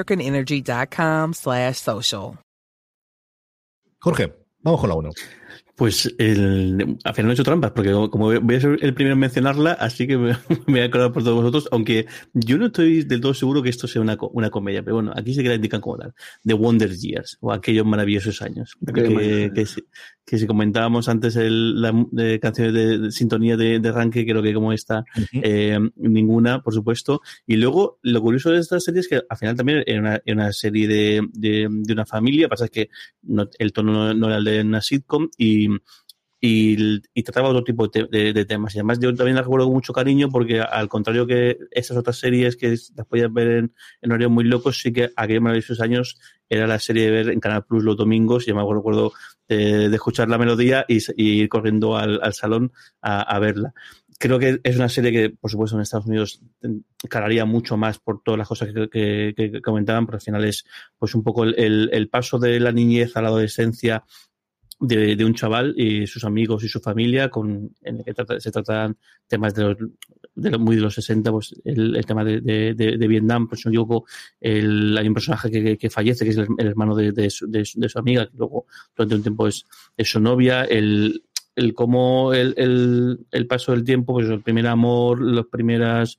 midamericanenergy.com/social. Jorge, vamos con la 1. Pues al final no he hecho trampas, porque como voy a ser el primero en mencionarla, así que me voy a acordar por todos vosotros, aunque yo no estoy del todo seguro que esto sea una comedia, pero bueno, aquí sí que la indican como tal, The Wonder Years, o aquellos maravillosos años, que si comentábamos antes las canciones de sintonía de arranque, creo que como esta, ninguna, por supuesto. Y luego, lo curioso de esta serie es que al final también era una serie de una familia, pasa es que el tono no era el de una sitcom y trataba otro tipo de temas. Y además yo también la recuerdo con mucho cariño porque, al contrario que esas otras series que las podías ver en horarios muy locos, sí que aquellos maravillosos años era la serie de ver en Canal Plus los domingos, y yo me recuerdo de escuchar la melodía y ir corriendo al salón a verla. Creo que es una serie que, por supuesto, en Estados Unidos calaría mucho más por todas las cosas que comentaban, pero al final es pues un poco el paso de la niñez a la adolescencia de un chaval y sus amigos y su familia, en el que se tratan temas muy de los 60, pues el tema de Vietnam, pues no digo, hay un personaje que fallece, que es el hermano de su amiga, que luego durante un tiempo es su novia, cómo el paso del tiempo, pues el primer amor, las primeras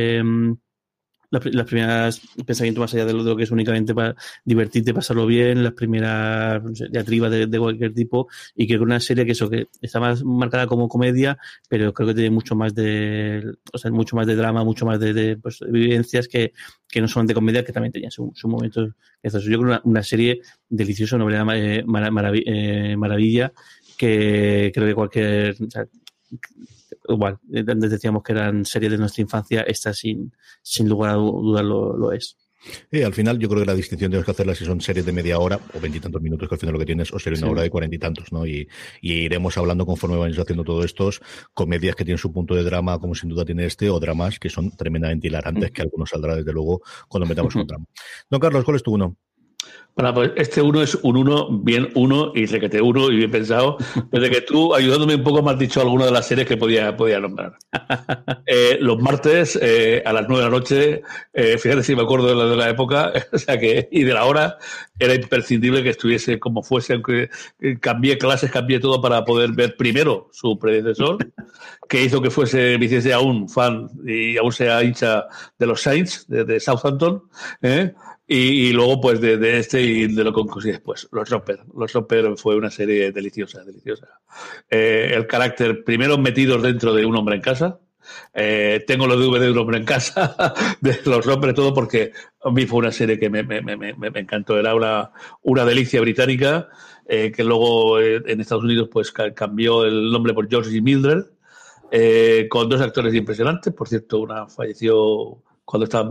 pensamientos más allá de lo que es únicamente para divertirte, pasarlo bien, las primeras diatribas de cualquier tipo, y creo que una serie que está más marcada como comedia, pero creo que tiene mucho más de drama, mucho más de vivencias que no son de comedia, que también tenían su momento. Yo creo una serie deliciosa, una verdadera maravilla, que creo que cualquier... igual, antes decíamos que eran series de nuestra infancia, esta sin lugar a dudas lo es. Al final yo creo que la distinción tenemos que hacerla si son series de media hora o 20 y tantos minutos, que al final lo que tienes, o serie de una hora de 40 y tantos, ¿no? Y iremos hablando conforme vayamos haciendo todos estos, comedias que tienen su punto de drama, como sin duda tiene o dramas que son tremendamente hilarantes, que algunos saldrá desde luego cuando metamos un drama. Don Carlos, ¿cuál es tu uno? Bueno, pues este uno es un uno, bien uno, y requete uno, y bien pensado, desde que tú, ayudándome un poco, me has dicho alguna de las series que podía nombrar. Los martes, a las 9 de la noche, fíjate si me acuerdo de la época, o sea que, y de la hora, era imprescindible que estuviese como fuese, aunque cambié clases, cambié todo para poder ver primero su predecesor, que hizo que hiciese aún fan y aún sea hincha de los Saints, de Southampton, y luego pues de este y de lo que conseguí después, Los Roper fue una serie deliciosa. El carácter, primero metidos dentro de Un hombre en casa. Tengo los DVD de Un hombre en casa, de Los Roper, todo, porque a mí fue una serie que me encantó. Era una delicia británica, que luego en Estados Unidos pues cambió el nombre por George y Mildred, con dos actores impresionantes. Por cierto, una falleció cuando estaba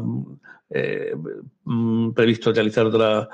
previsto realizar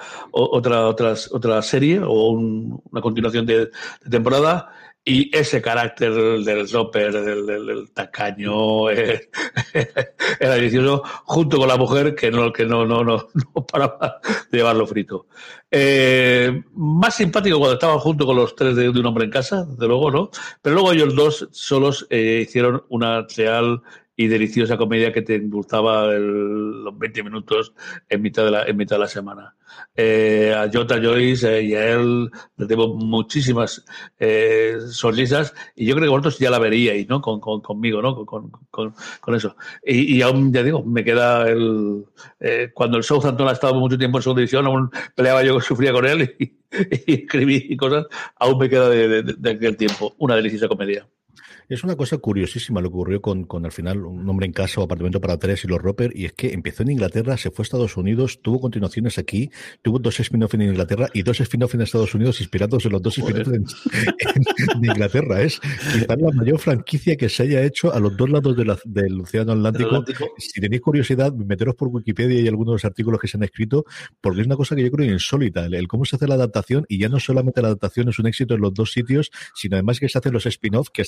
otra serie o una continuación de temporada, y ese carácter del Roper, del tacaño, era delicioso, junto con la mujer que no paraba de llevarlo frito. Más simpático cuando estaban junto con los tres de Un hombre en casa, desde luego, ¿no? Pero luego ellos dos solos hicieron una real y deliciosa comedia que te endulzaba los 20 minutos en mitad de la semana. A Jota Joyce y a él le debo muchísimas sonrisas, y yo creo que vosotros ya la veríais, ¿no? Conmigo, ¿no? Con eso. Y aún, ya digo, me queda cuando el Southampton ha estado mucho tiempo en segunda división, aún peleaba yo, sufría con él y escribí cosas, aún me queda de aquel tiempo. Una deliciosa comedia. Es una cosa curiosísima lo que ocurrió con al final Un hombre en casa o Apartamento para tres y Los Roper, y es que empezó en Inglaterra, se fue a Estados Unidos, tuvo continuaciones aquí, tuvo 2 spin-offs en Inglaterra y 2 spin-offs en Estados Unidos, inspirándose en los 2 spin-offs de Inglaterra. Es quizás la mayor franquicia que se haya hecho a los dos lados del Océano Atlántico. Si tenéis curiosidad, meteros por Wikipedia y algunos de los artículos que se han escrito, porque es una cosa que yo creo insólita, el cómo se hace la adaptación, y ya no solamente la adaptación es un éxito en los dos sitios, sino además que se hacen los spin-offs, que hasta cierto punto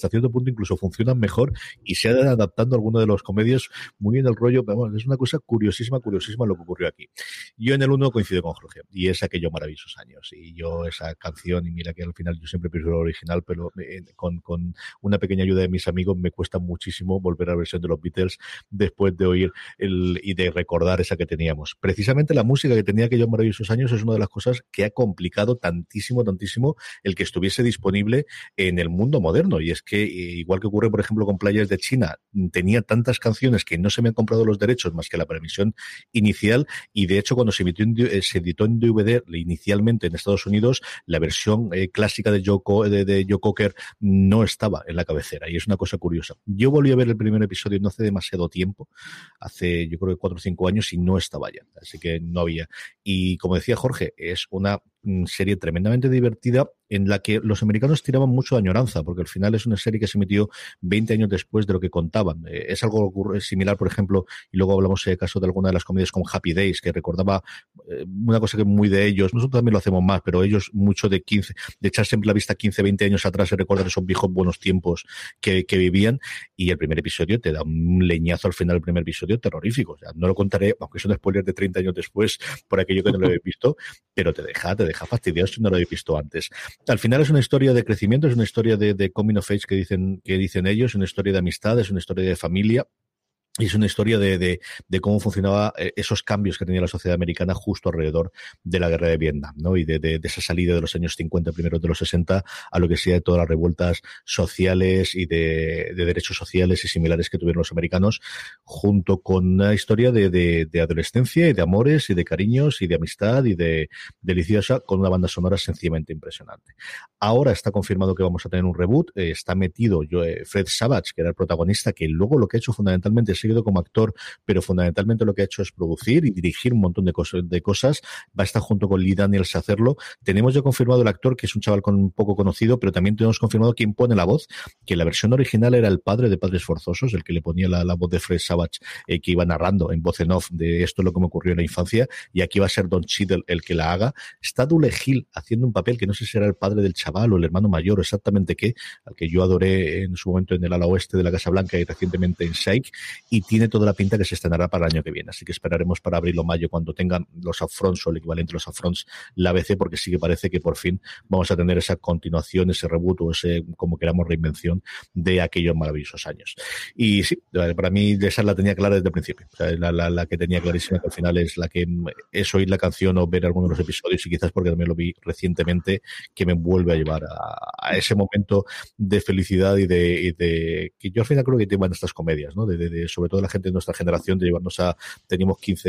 punto incluso funcionan mejor y se han adaptando a algunos de los comedios muy bien el rollo, pero bueno, es una cosa curiosísima lo que ocurrió aquí. Yo en el 1 coincido con Jorge, y es aquellos maravillosos años, y yo esa canción, y mira que al final yo siempre prefiero el original, pero con una pequeña ayuda de mis amigos me cuesta muchísimo volver a la versión de los Beatles después de oír y de recordar esa que teníamos. Precisamente la música que tenía aquellos maravillosos años es una de las cosas que ha complicado tantísimo el que estuviese disponible en el mundo moderno, y es que igual que ocurre por ejemplo con Playas de China, tenía tantas canciones que no se me han comprado los derechos más que la previsión inicial, y de hecho cuando se editó en DVD inicialmente en Estados Unidos, la versión clásica de Joe Cocker no estaba en la cabecera, y es una cosa curiosa. Yo volví a ver el primer episodio no hace demasiado tiempo, hace yo creo que 4 o 5 años, y no estaba ya, así que no había. Y como decía Jorge, es una serie tremendamente divertida en la que los americanos tiraban mucho de añoranza, porque al final es una serie que se emitió 20 años después de lo que contaban. Es algo similar, por ejemplo, y luego hablamos de caso de alguna de las comedias como Happy Days, que recordaba una cosa que muy de ellos, nosotros también lo hacemos más, pero ellos mucho de echar siempre la vista 15, 20 años atrás y recordar esos viejos buenos tiempos que vivían, y el primer episodio te da un leñazo al final del primer episodio terrorífico. O sea, no lo contaré, aunque es un spoiler de 30 años después, por aquello que no lo habéis visto, pero te deja fastidiado si no lo habéis visto antes. Al final es una historia de crecimiento, es una historia de coming of age que dicen ellos, una historia de amistad, es una historia de familia. Y es una historia de cómo funcionaba esos cambios que tenía la sociedad americana justo alrededor de la guerra de Vietnam, ¿no? Y de esa salida de los años 50, primeros de los 60, a lo que sea de todas las revueltas sociales y de derechos sociales y similares que tuvieron los americanos, junto con una historia de adolescencia y de amores y de cariños y de amistad y de deliciosa, con una banda sonora sencillamente impresionante. Ahora está confirmado que vamos a tener un reboot, está metido Fred Savage, que era el protagonista, que luego lo que ha hecho fundamentalmente es seguido como actor, pero fundamentalmente lo que ha hecho es producir y dirigir un montón de cosas. Va a estar junto con Lee Daniels a hacerlo. Tenemos ya confirmado el actor, que es un chaval un poco conocido, pero también tenemos confirmado quién pone la voz, que la versión original era el padre de Padres Forzosos, el que le ponía la voz de Fred Savage, que iba narrando en voz en off de esto es lo que me ocurrió en la infancia, y aquí va a ser Don Cheadle el que la haga. Está Dule Hill haciendo un papel que no sé si será el padre del chaval o el hermano mayor o exactamente qué, al que yo adoré en su momento en el ala oeste de la Casa Blanca y recientemente en Psych, y tiene toda la pinta que se estrenará para el año que viene, así que esperaremos para abril o mayo cuando tengan los upfronts o el equivalente a los upfronts la ABC, porque sí que parece que por fin vamos a tener esa continuación, ese reboot o ese, como queramos, reinvención de aquellos maravillosos años. Y sí, para mí esa la tenía clara desde el principio, o sea, la que tenía clarísima, que al final es la que es oír la canción o ver algunos de los episodios, y quizás porque también lo vi recientemente, que me vuelve a llevar a ese momento de felicidad y de que yo al final creo que te van estas comedias, ¿no? Sobre todo la gente de nuestra generación, de llevarnos teníamos 15,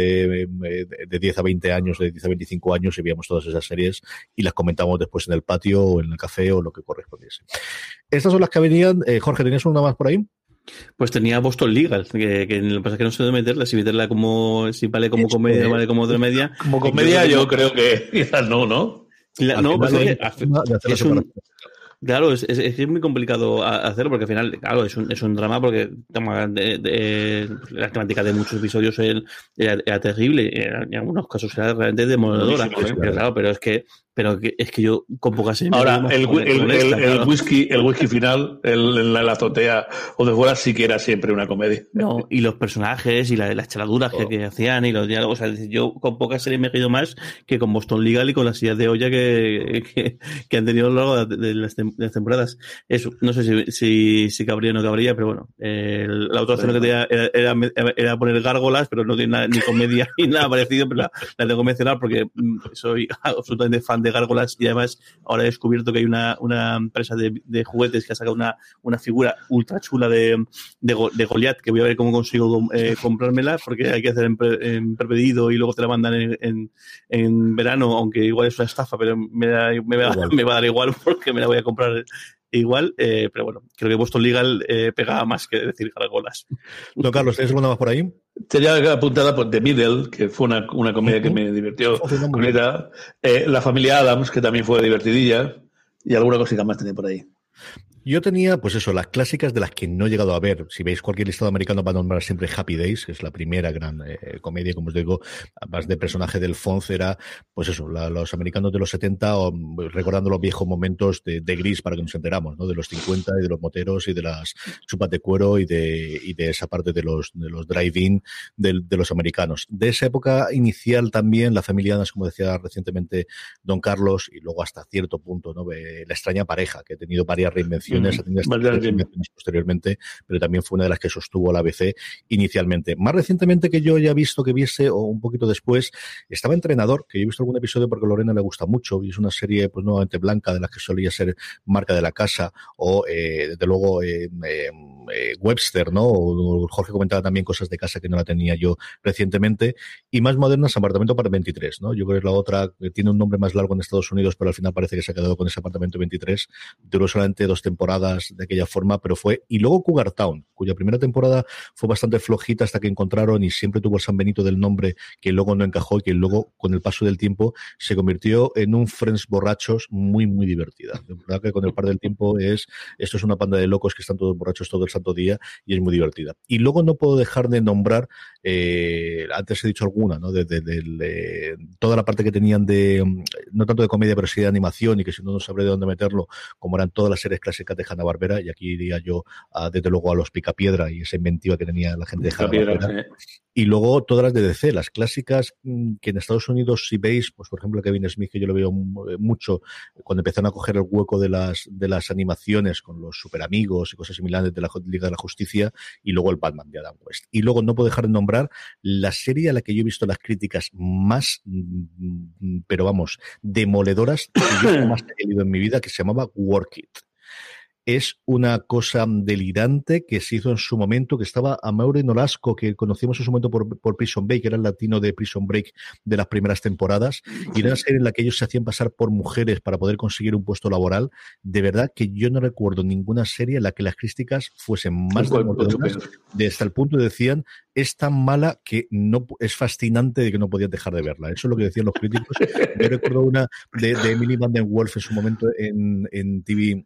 de 10 a 20 años, de 10 a 25 años, y veíamos todas esas series y las comentábamos después en el patio o en el café o lo que correspondiese. Estas son las que venían. Jorge, ¿tenías una más por ahí? Pues tenía Boston Legal, que lo que pasa es que no sé dónde meterla, si meterla si vale como comedia o vale como dramedia. Como comedia yo creo que quizás no. No, pues es un... Claro, es muy complicado hacerlo porque al final, claro, es un drama porque la temática de muchos episodios era terrible, en algunos casos era realmente demoledora. Claro, pero es que yo con pocas series... Ahora, el whisky final, en la azotea o de fuera, sí que era siempre una comedia. No, y los personajes y las chaladuras que hacían y los diálogos, o sea, yo con pocas series me he querido más que con Boston Legal y con las sillas de olla que han tenido a lo largo de las temporadas. Eso, no sé si cabría o no cabría, pero bueno, la otra opción que tenía era poner gárgolas, pero no tiene nada, ni comedia ni nada parecido, pero la tengo que mencionar porque soy absolutamente fan de gárgolas, y además ahora he descubierto que hay una empresa de juguetes que ha sacado una figura ultra chula de Goliath, que voy a ver cómo consigo comprármela, porque hay que hacer en prepedido y luego te la mandan en verano, aunque igual es una estafa, pero me va a dar igual porque me la voy a comprar igual, pero bueno, creo que Boston Legal pega más que decir gárgolas. Don Carlos, ¿tienes alguna más por ahí? Tenía apuntada por The Middle, que fue una comedia que me divirtió. La familia Adams, que también fue divertidilla, y alguna cosita más tenía por ahí. Yo tenía, pues eso, las clásicas de las que no he llegado a ver. Si veis cualquier listado americano va a nombrar siempre Happy Days, que es la primera gran comedia, como os digo, más de personaje del Fonz, era, pues eso, los americanos de los 70, recordando los viejos momentos de gris, para que nos enteramos, ¿no? De los 50 y de los moteros y de las chupas de cuero y de esa parte de los drive-in de los americanos. De esa época inicial también, la familia Addams, como decía recientemente Don Carlos, y luego hasta cierto punto, ¿no? La extraña pareja, que ha tenido varias reinvenciones, ha tenido reinvenciones posteriormente, pero también fue una de las que sostuvo la ABC inicialmente. Más recientemente que yo ya he visto que viese, o un poquito después, estaba Entrenador, que yo he visto algún episodio porque a Lorena le gusta mucho, y es una serie, pues nuevamente blanca, de las que solía ser marca de la casa, o desde luego Webster, ¿no? O Jorge comentaba también cosas de casa que no la tenía yo recientemente, y más modernas, Apartamento para 23, ¿no? Yo creo que es la otra, que tiene un nombre más largo en Estados Unidos, pero al final parece que se ha quedado con ese Apartamento 23, duró solamente 2 temporadas de aquella forma, pero fue, y luego Cougar Town, cuya primera temporada fue bastante flojita hasta que encontraron, y siempre tuvo el San Benito del nombre, que luego no encajó y que luego, con el paso del tiempo, se convirtió en un Friends borrachos muy, muy divertida. De verdad que con el par del tiempo esto es una panda de locos que están todos borrachos todo el santo día, y es muy divertida. Y luego no puedo dejar de nombrar, antes he dicho alguna, ¿no? De toda la parte que tenían de, no tanto de comedia, pero sí de animación, y que si no sabré de dónde meterlo, como eran todas las series clásicas de Hanna-Barbera, y aquí iría yo desde luego a los Picapiedra y esa inventiva que tenía la gente de Hanna-Barbera. Y luego todas las de DC, las clásicas, que en Estados Unidos, si veis, pues por ejemplo Kevin Smith, que yo lo veo mucho, cuando empezaron a coger el hueco de las animaciones con los Superamigos y cosas similares de la Liga de la Justicia, y luego el Batman de Adam West. Y luego no puedo dejar de nombrar la serie a la que yo he visto las críticas más, pero vamos, demoledoras que yo jamás he leído en mi vida, que se llamaba Work It. Es una cosa delirante que se hizo en su momento, que estaba Amaury Nolasco, que conocimos en su momento por Prison Break, que era el latino de Prison Break de las primeras temporadas, y era una serie en la que ellos se hacían pasar por mujeres para poder conseguir un puesto laboral. De verdad que yo no recuerdo ninguna serie en la que las críticas fuesen más demoledoras, de hasta el punto de decían, es tan mala que no es fascinante de que no podías dejar de verla. Eso es lo que decían los críticos. Yo recuerdo una de Emily Van Den Wolf en su momento en TV,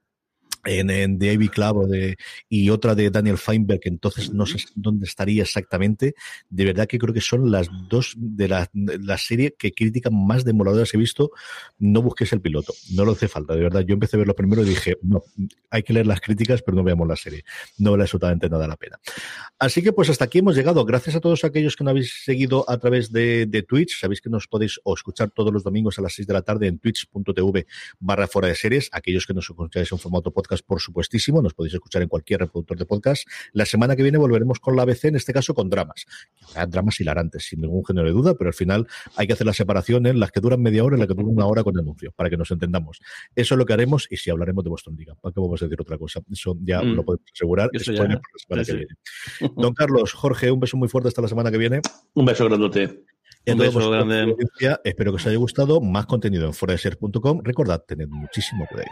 en The Ivy Club, y otra de Daniel Feinberg, que entonces no sé dónde estaría exactamente. De verdad que creo que son las dos de la serie que críticas más demoladoras he visto. No busques el piloto, no lo hace falta, de verdad. Yo empecé a verlo primero y dije, no, hay que leer las críticas, pero no veamos la serie, no vale absolutamente nada la pena. Así que pues hasta aquí hemos llegado. Gracias a todos aquellos que nos habéis seguido a través de Twitch. Sabéis que nos podéis escuchar todos los domingos a las 6 de la tarde en twitch.tv/fuera de series. Aquellos que nos escucháis en formato podcast, por supuestísimo, nos podéis escuchar en cualquier reproductor de podcast. La semana que viene volveremos con la ABC, en este caso con dramas. Dramas hilarantes, sin ningún género de duda, pero al final hay que hacer la separación en las que duran media hora y las que duran una hora con anuncios, para que nos entendamos. Eso es lo que haremos, y si hablaremos de Boston Liga, ¿para qué vamos a decir otra cosa? Eso ya lo podemos asegurar. Eso ya, la semana que viene. Don Carlos, Jorge, un beso muy fuerte hasta la semana que viene. Un beso grandote. Un beso grande. Espero que os haya gustado. Más contenido en fueradeseries.com. Recordad, tened muchísimo cuidado.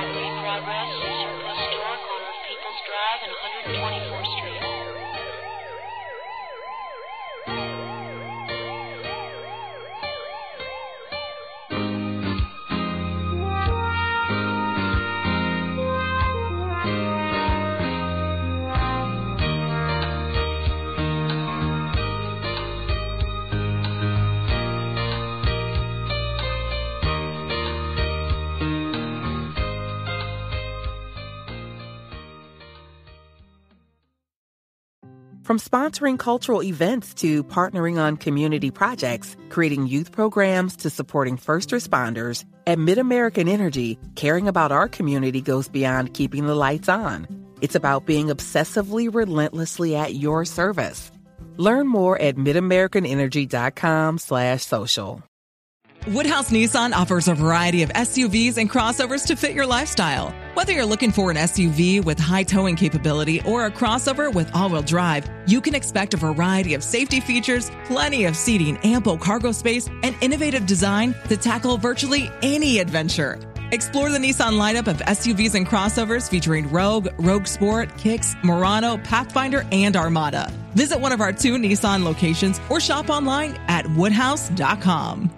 From sponsoring cultural events to partnering on community projects, creating youth programs to supporting first responders, at MidAmerican Energy, caring about our community goes beyond keeping the lights on. It's about being obsessively relentlessly at your service. Learn more at midamericanenergy.com/social. Woodhouse Nissan offers a variety of SUVs and crossovers to fit your lifestyle. Whether you're looking for an SUV with high towing capability or a crossover with all-wheel drive, you can expect a variety of safety features, plenty of seating, ample cargo space, and innovative design to tackle virtually any adventure. Explore the Nissan lineup of SUVs and crossovers featuring Rogue, Rogue Sport, Kicks, Murano, Pathfinder, and Armada. Visit one of our 2 Nissan locations or shop online at woodhouse.com.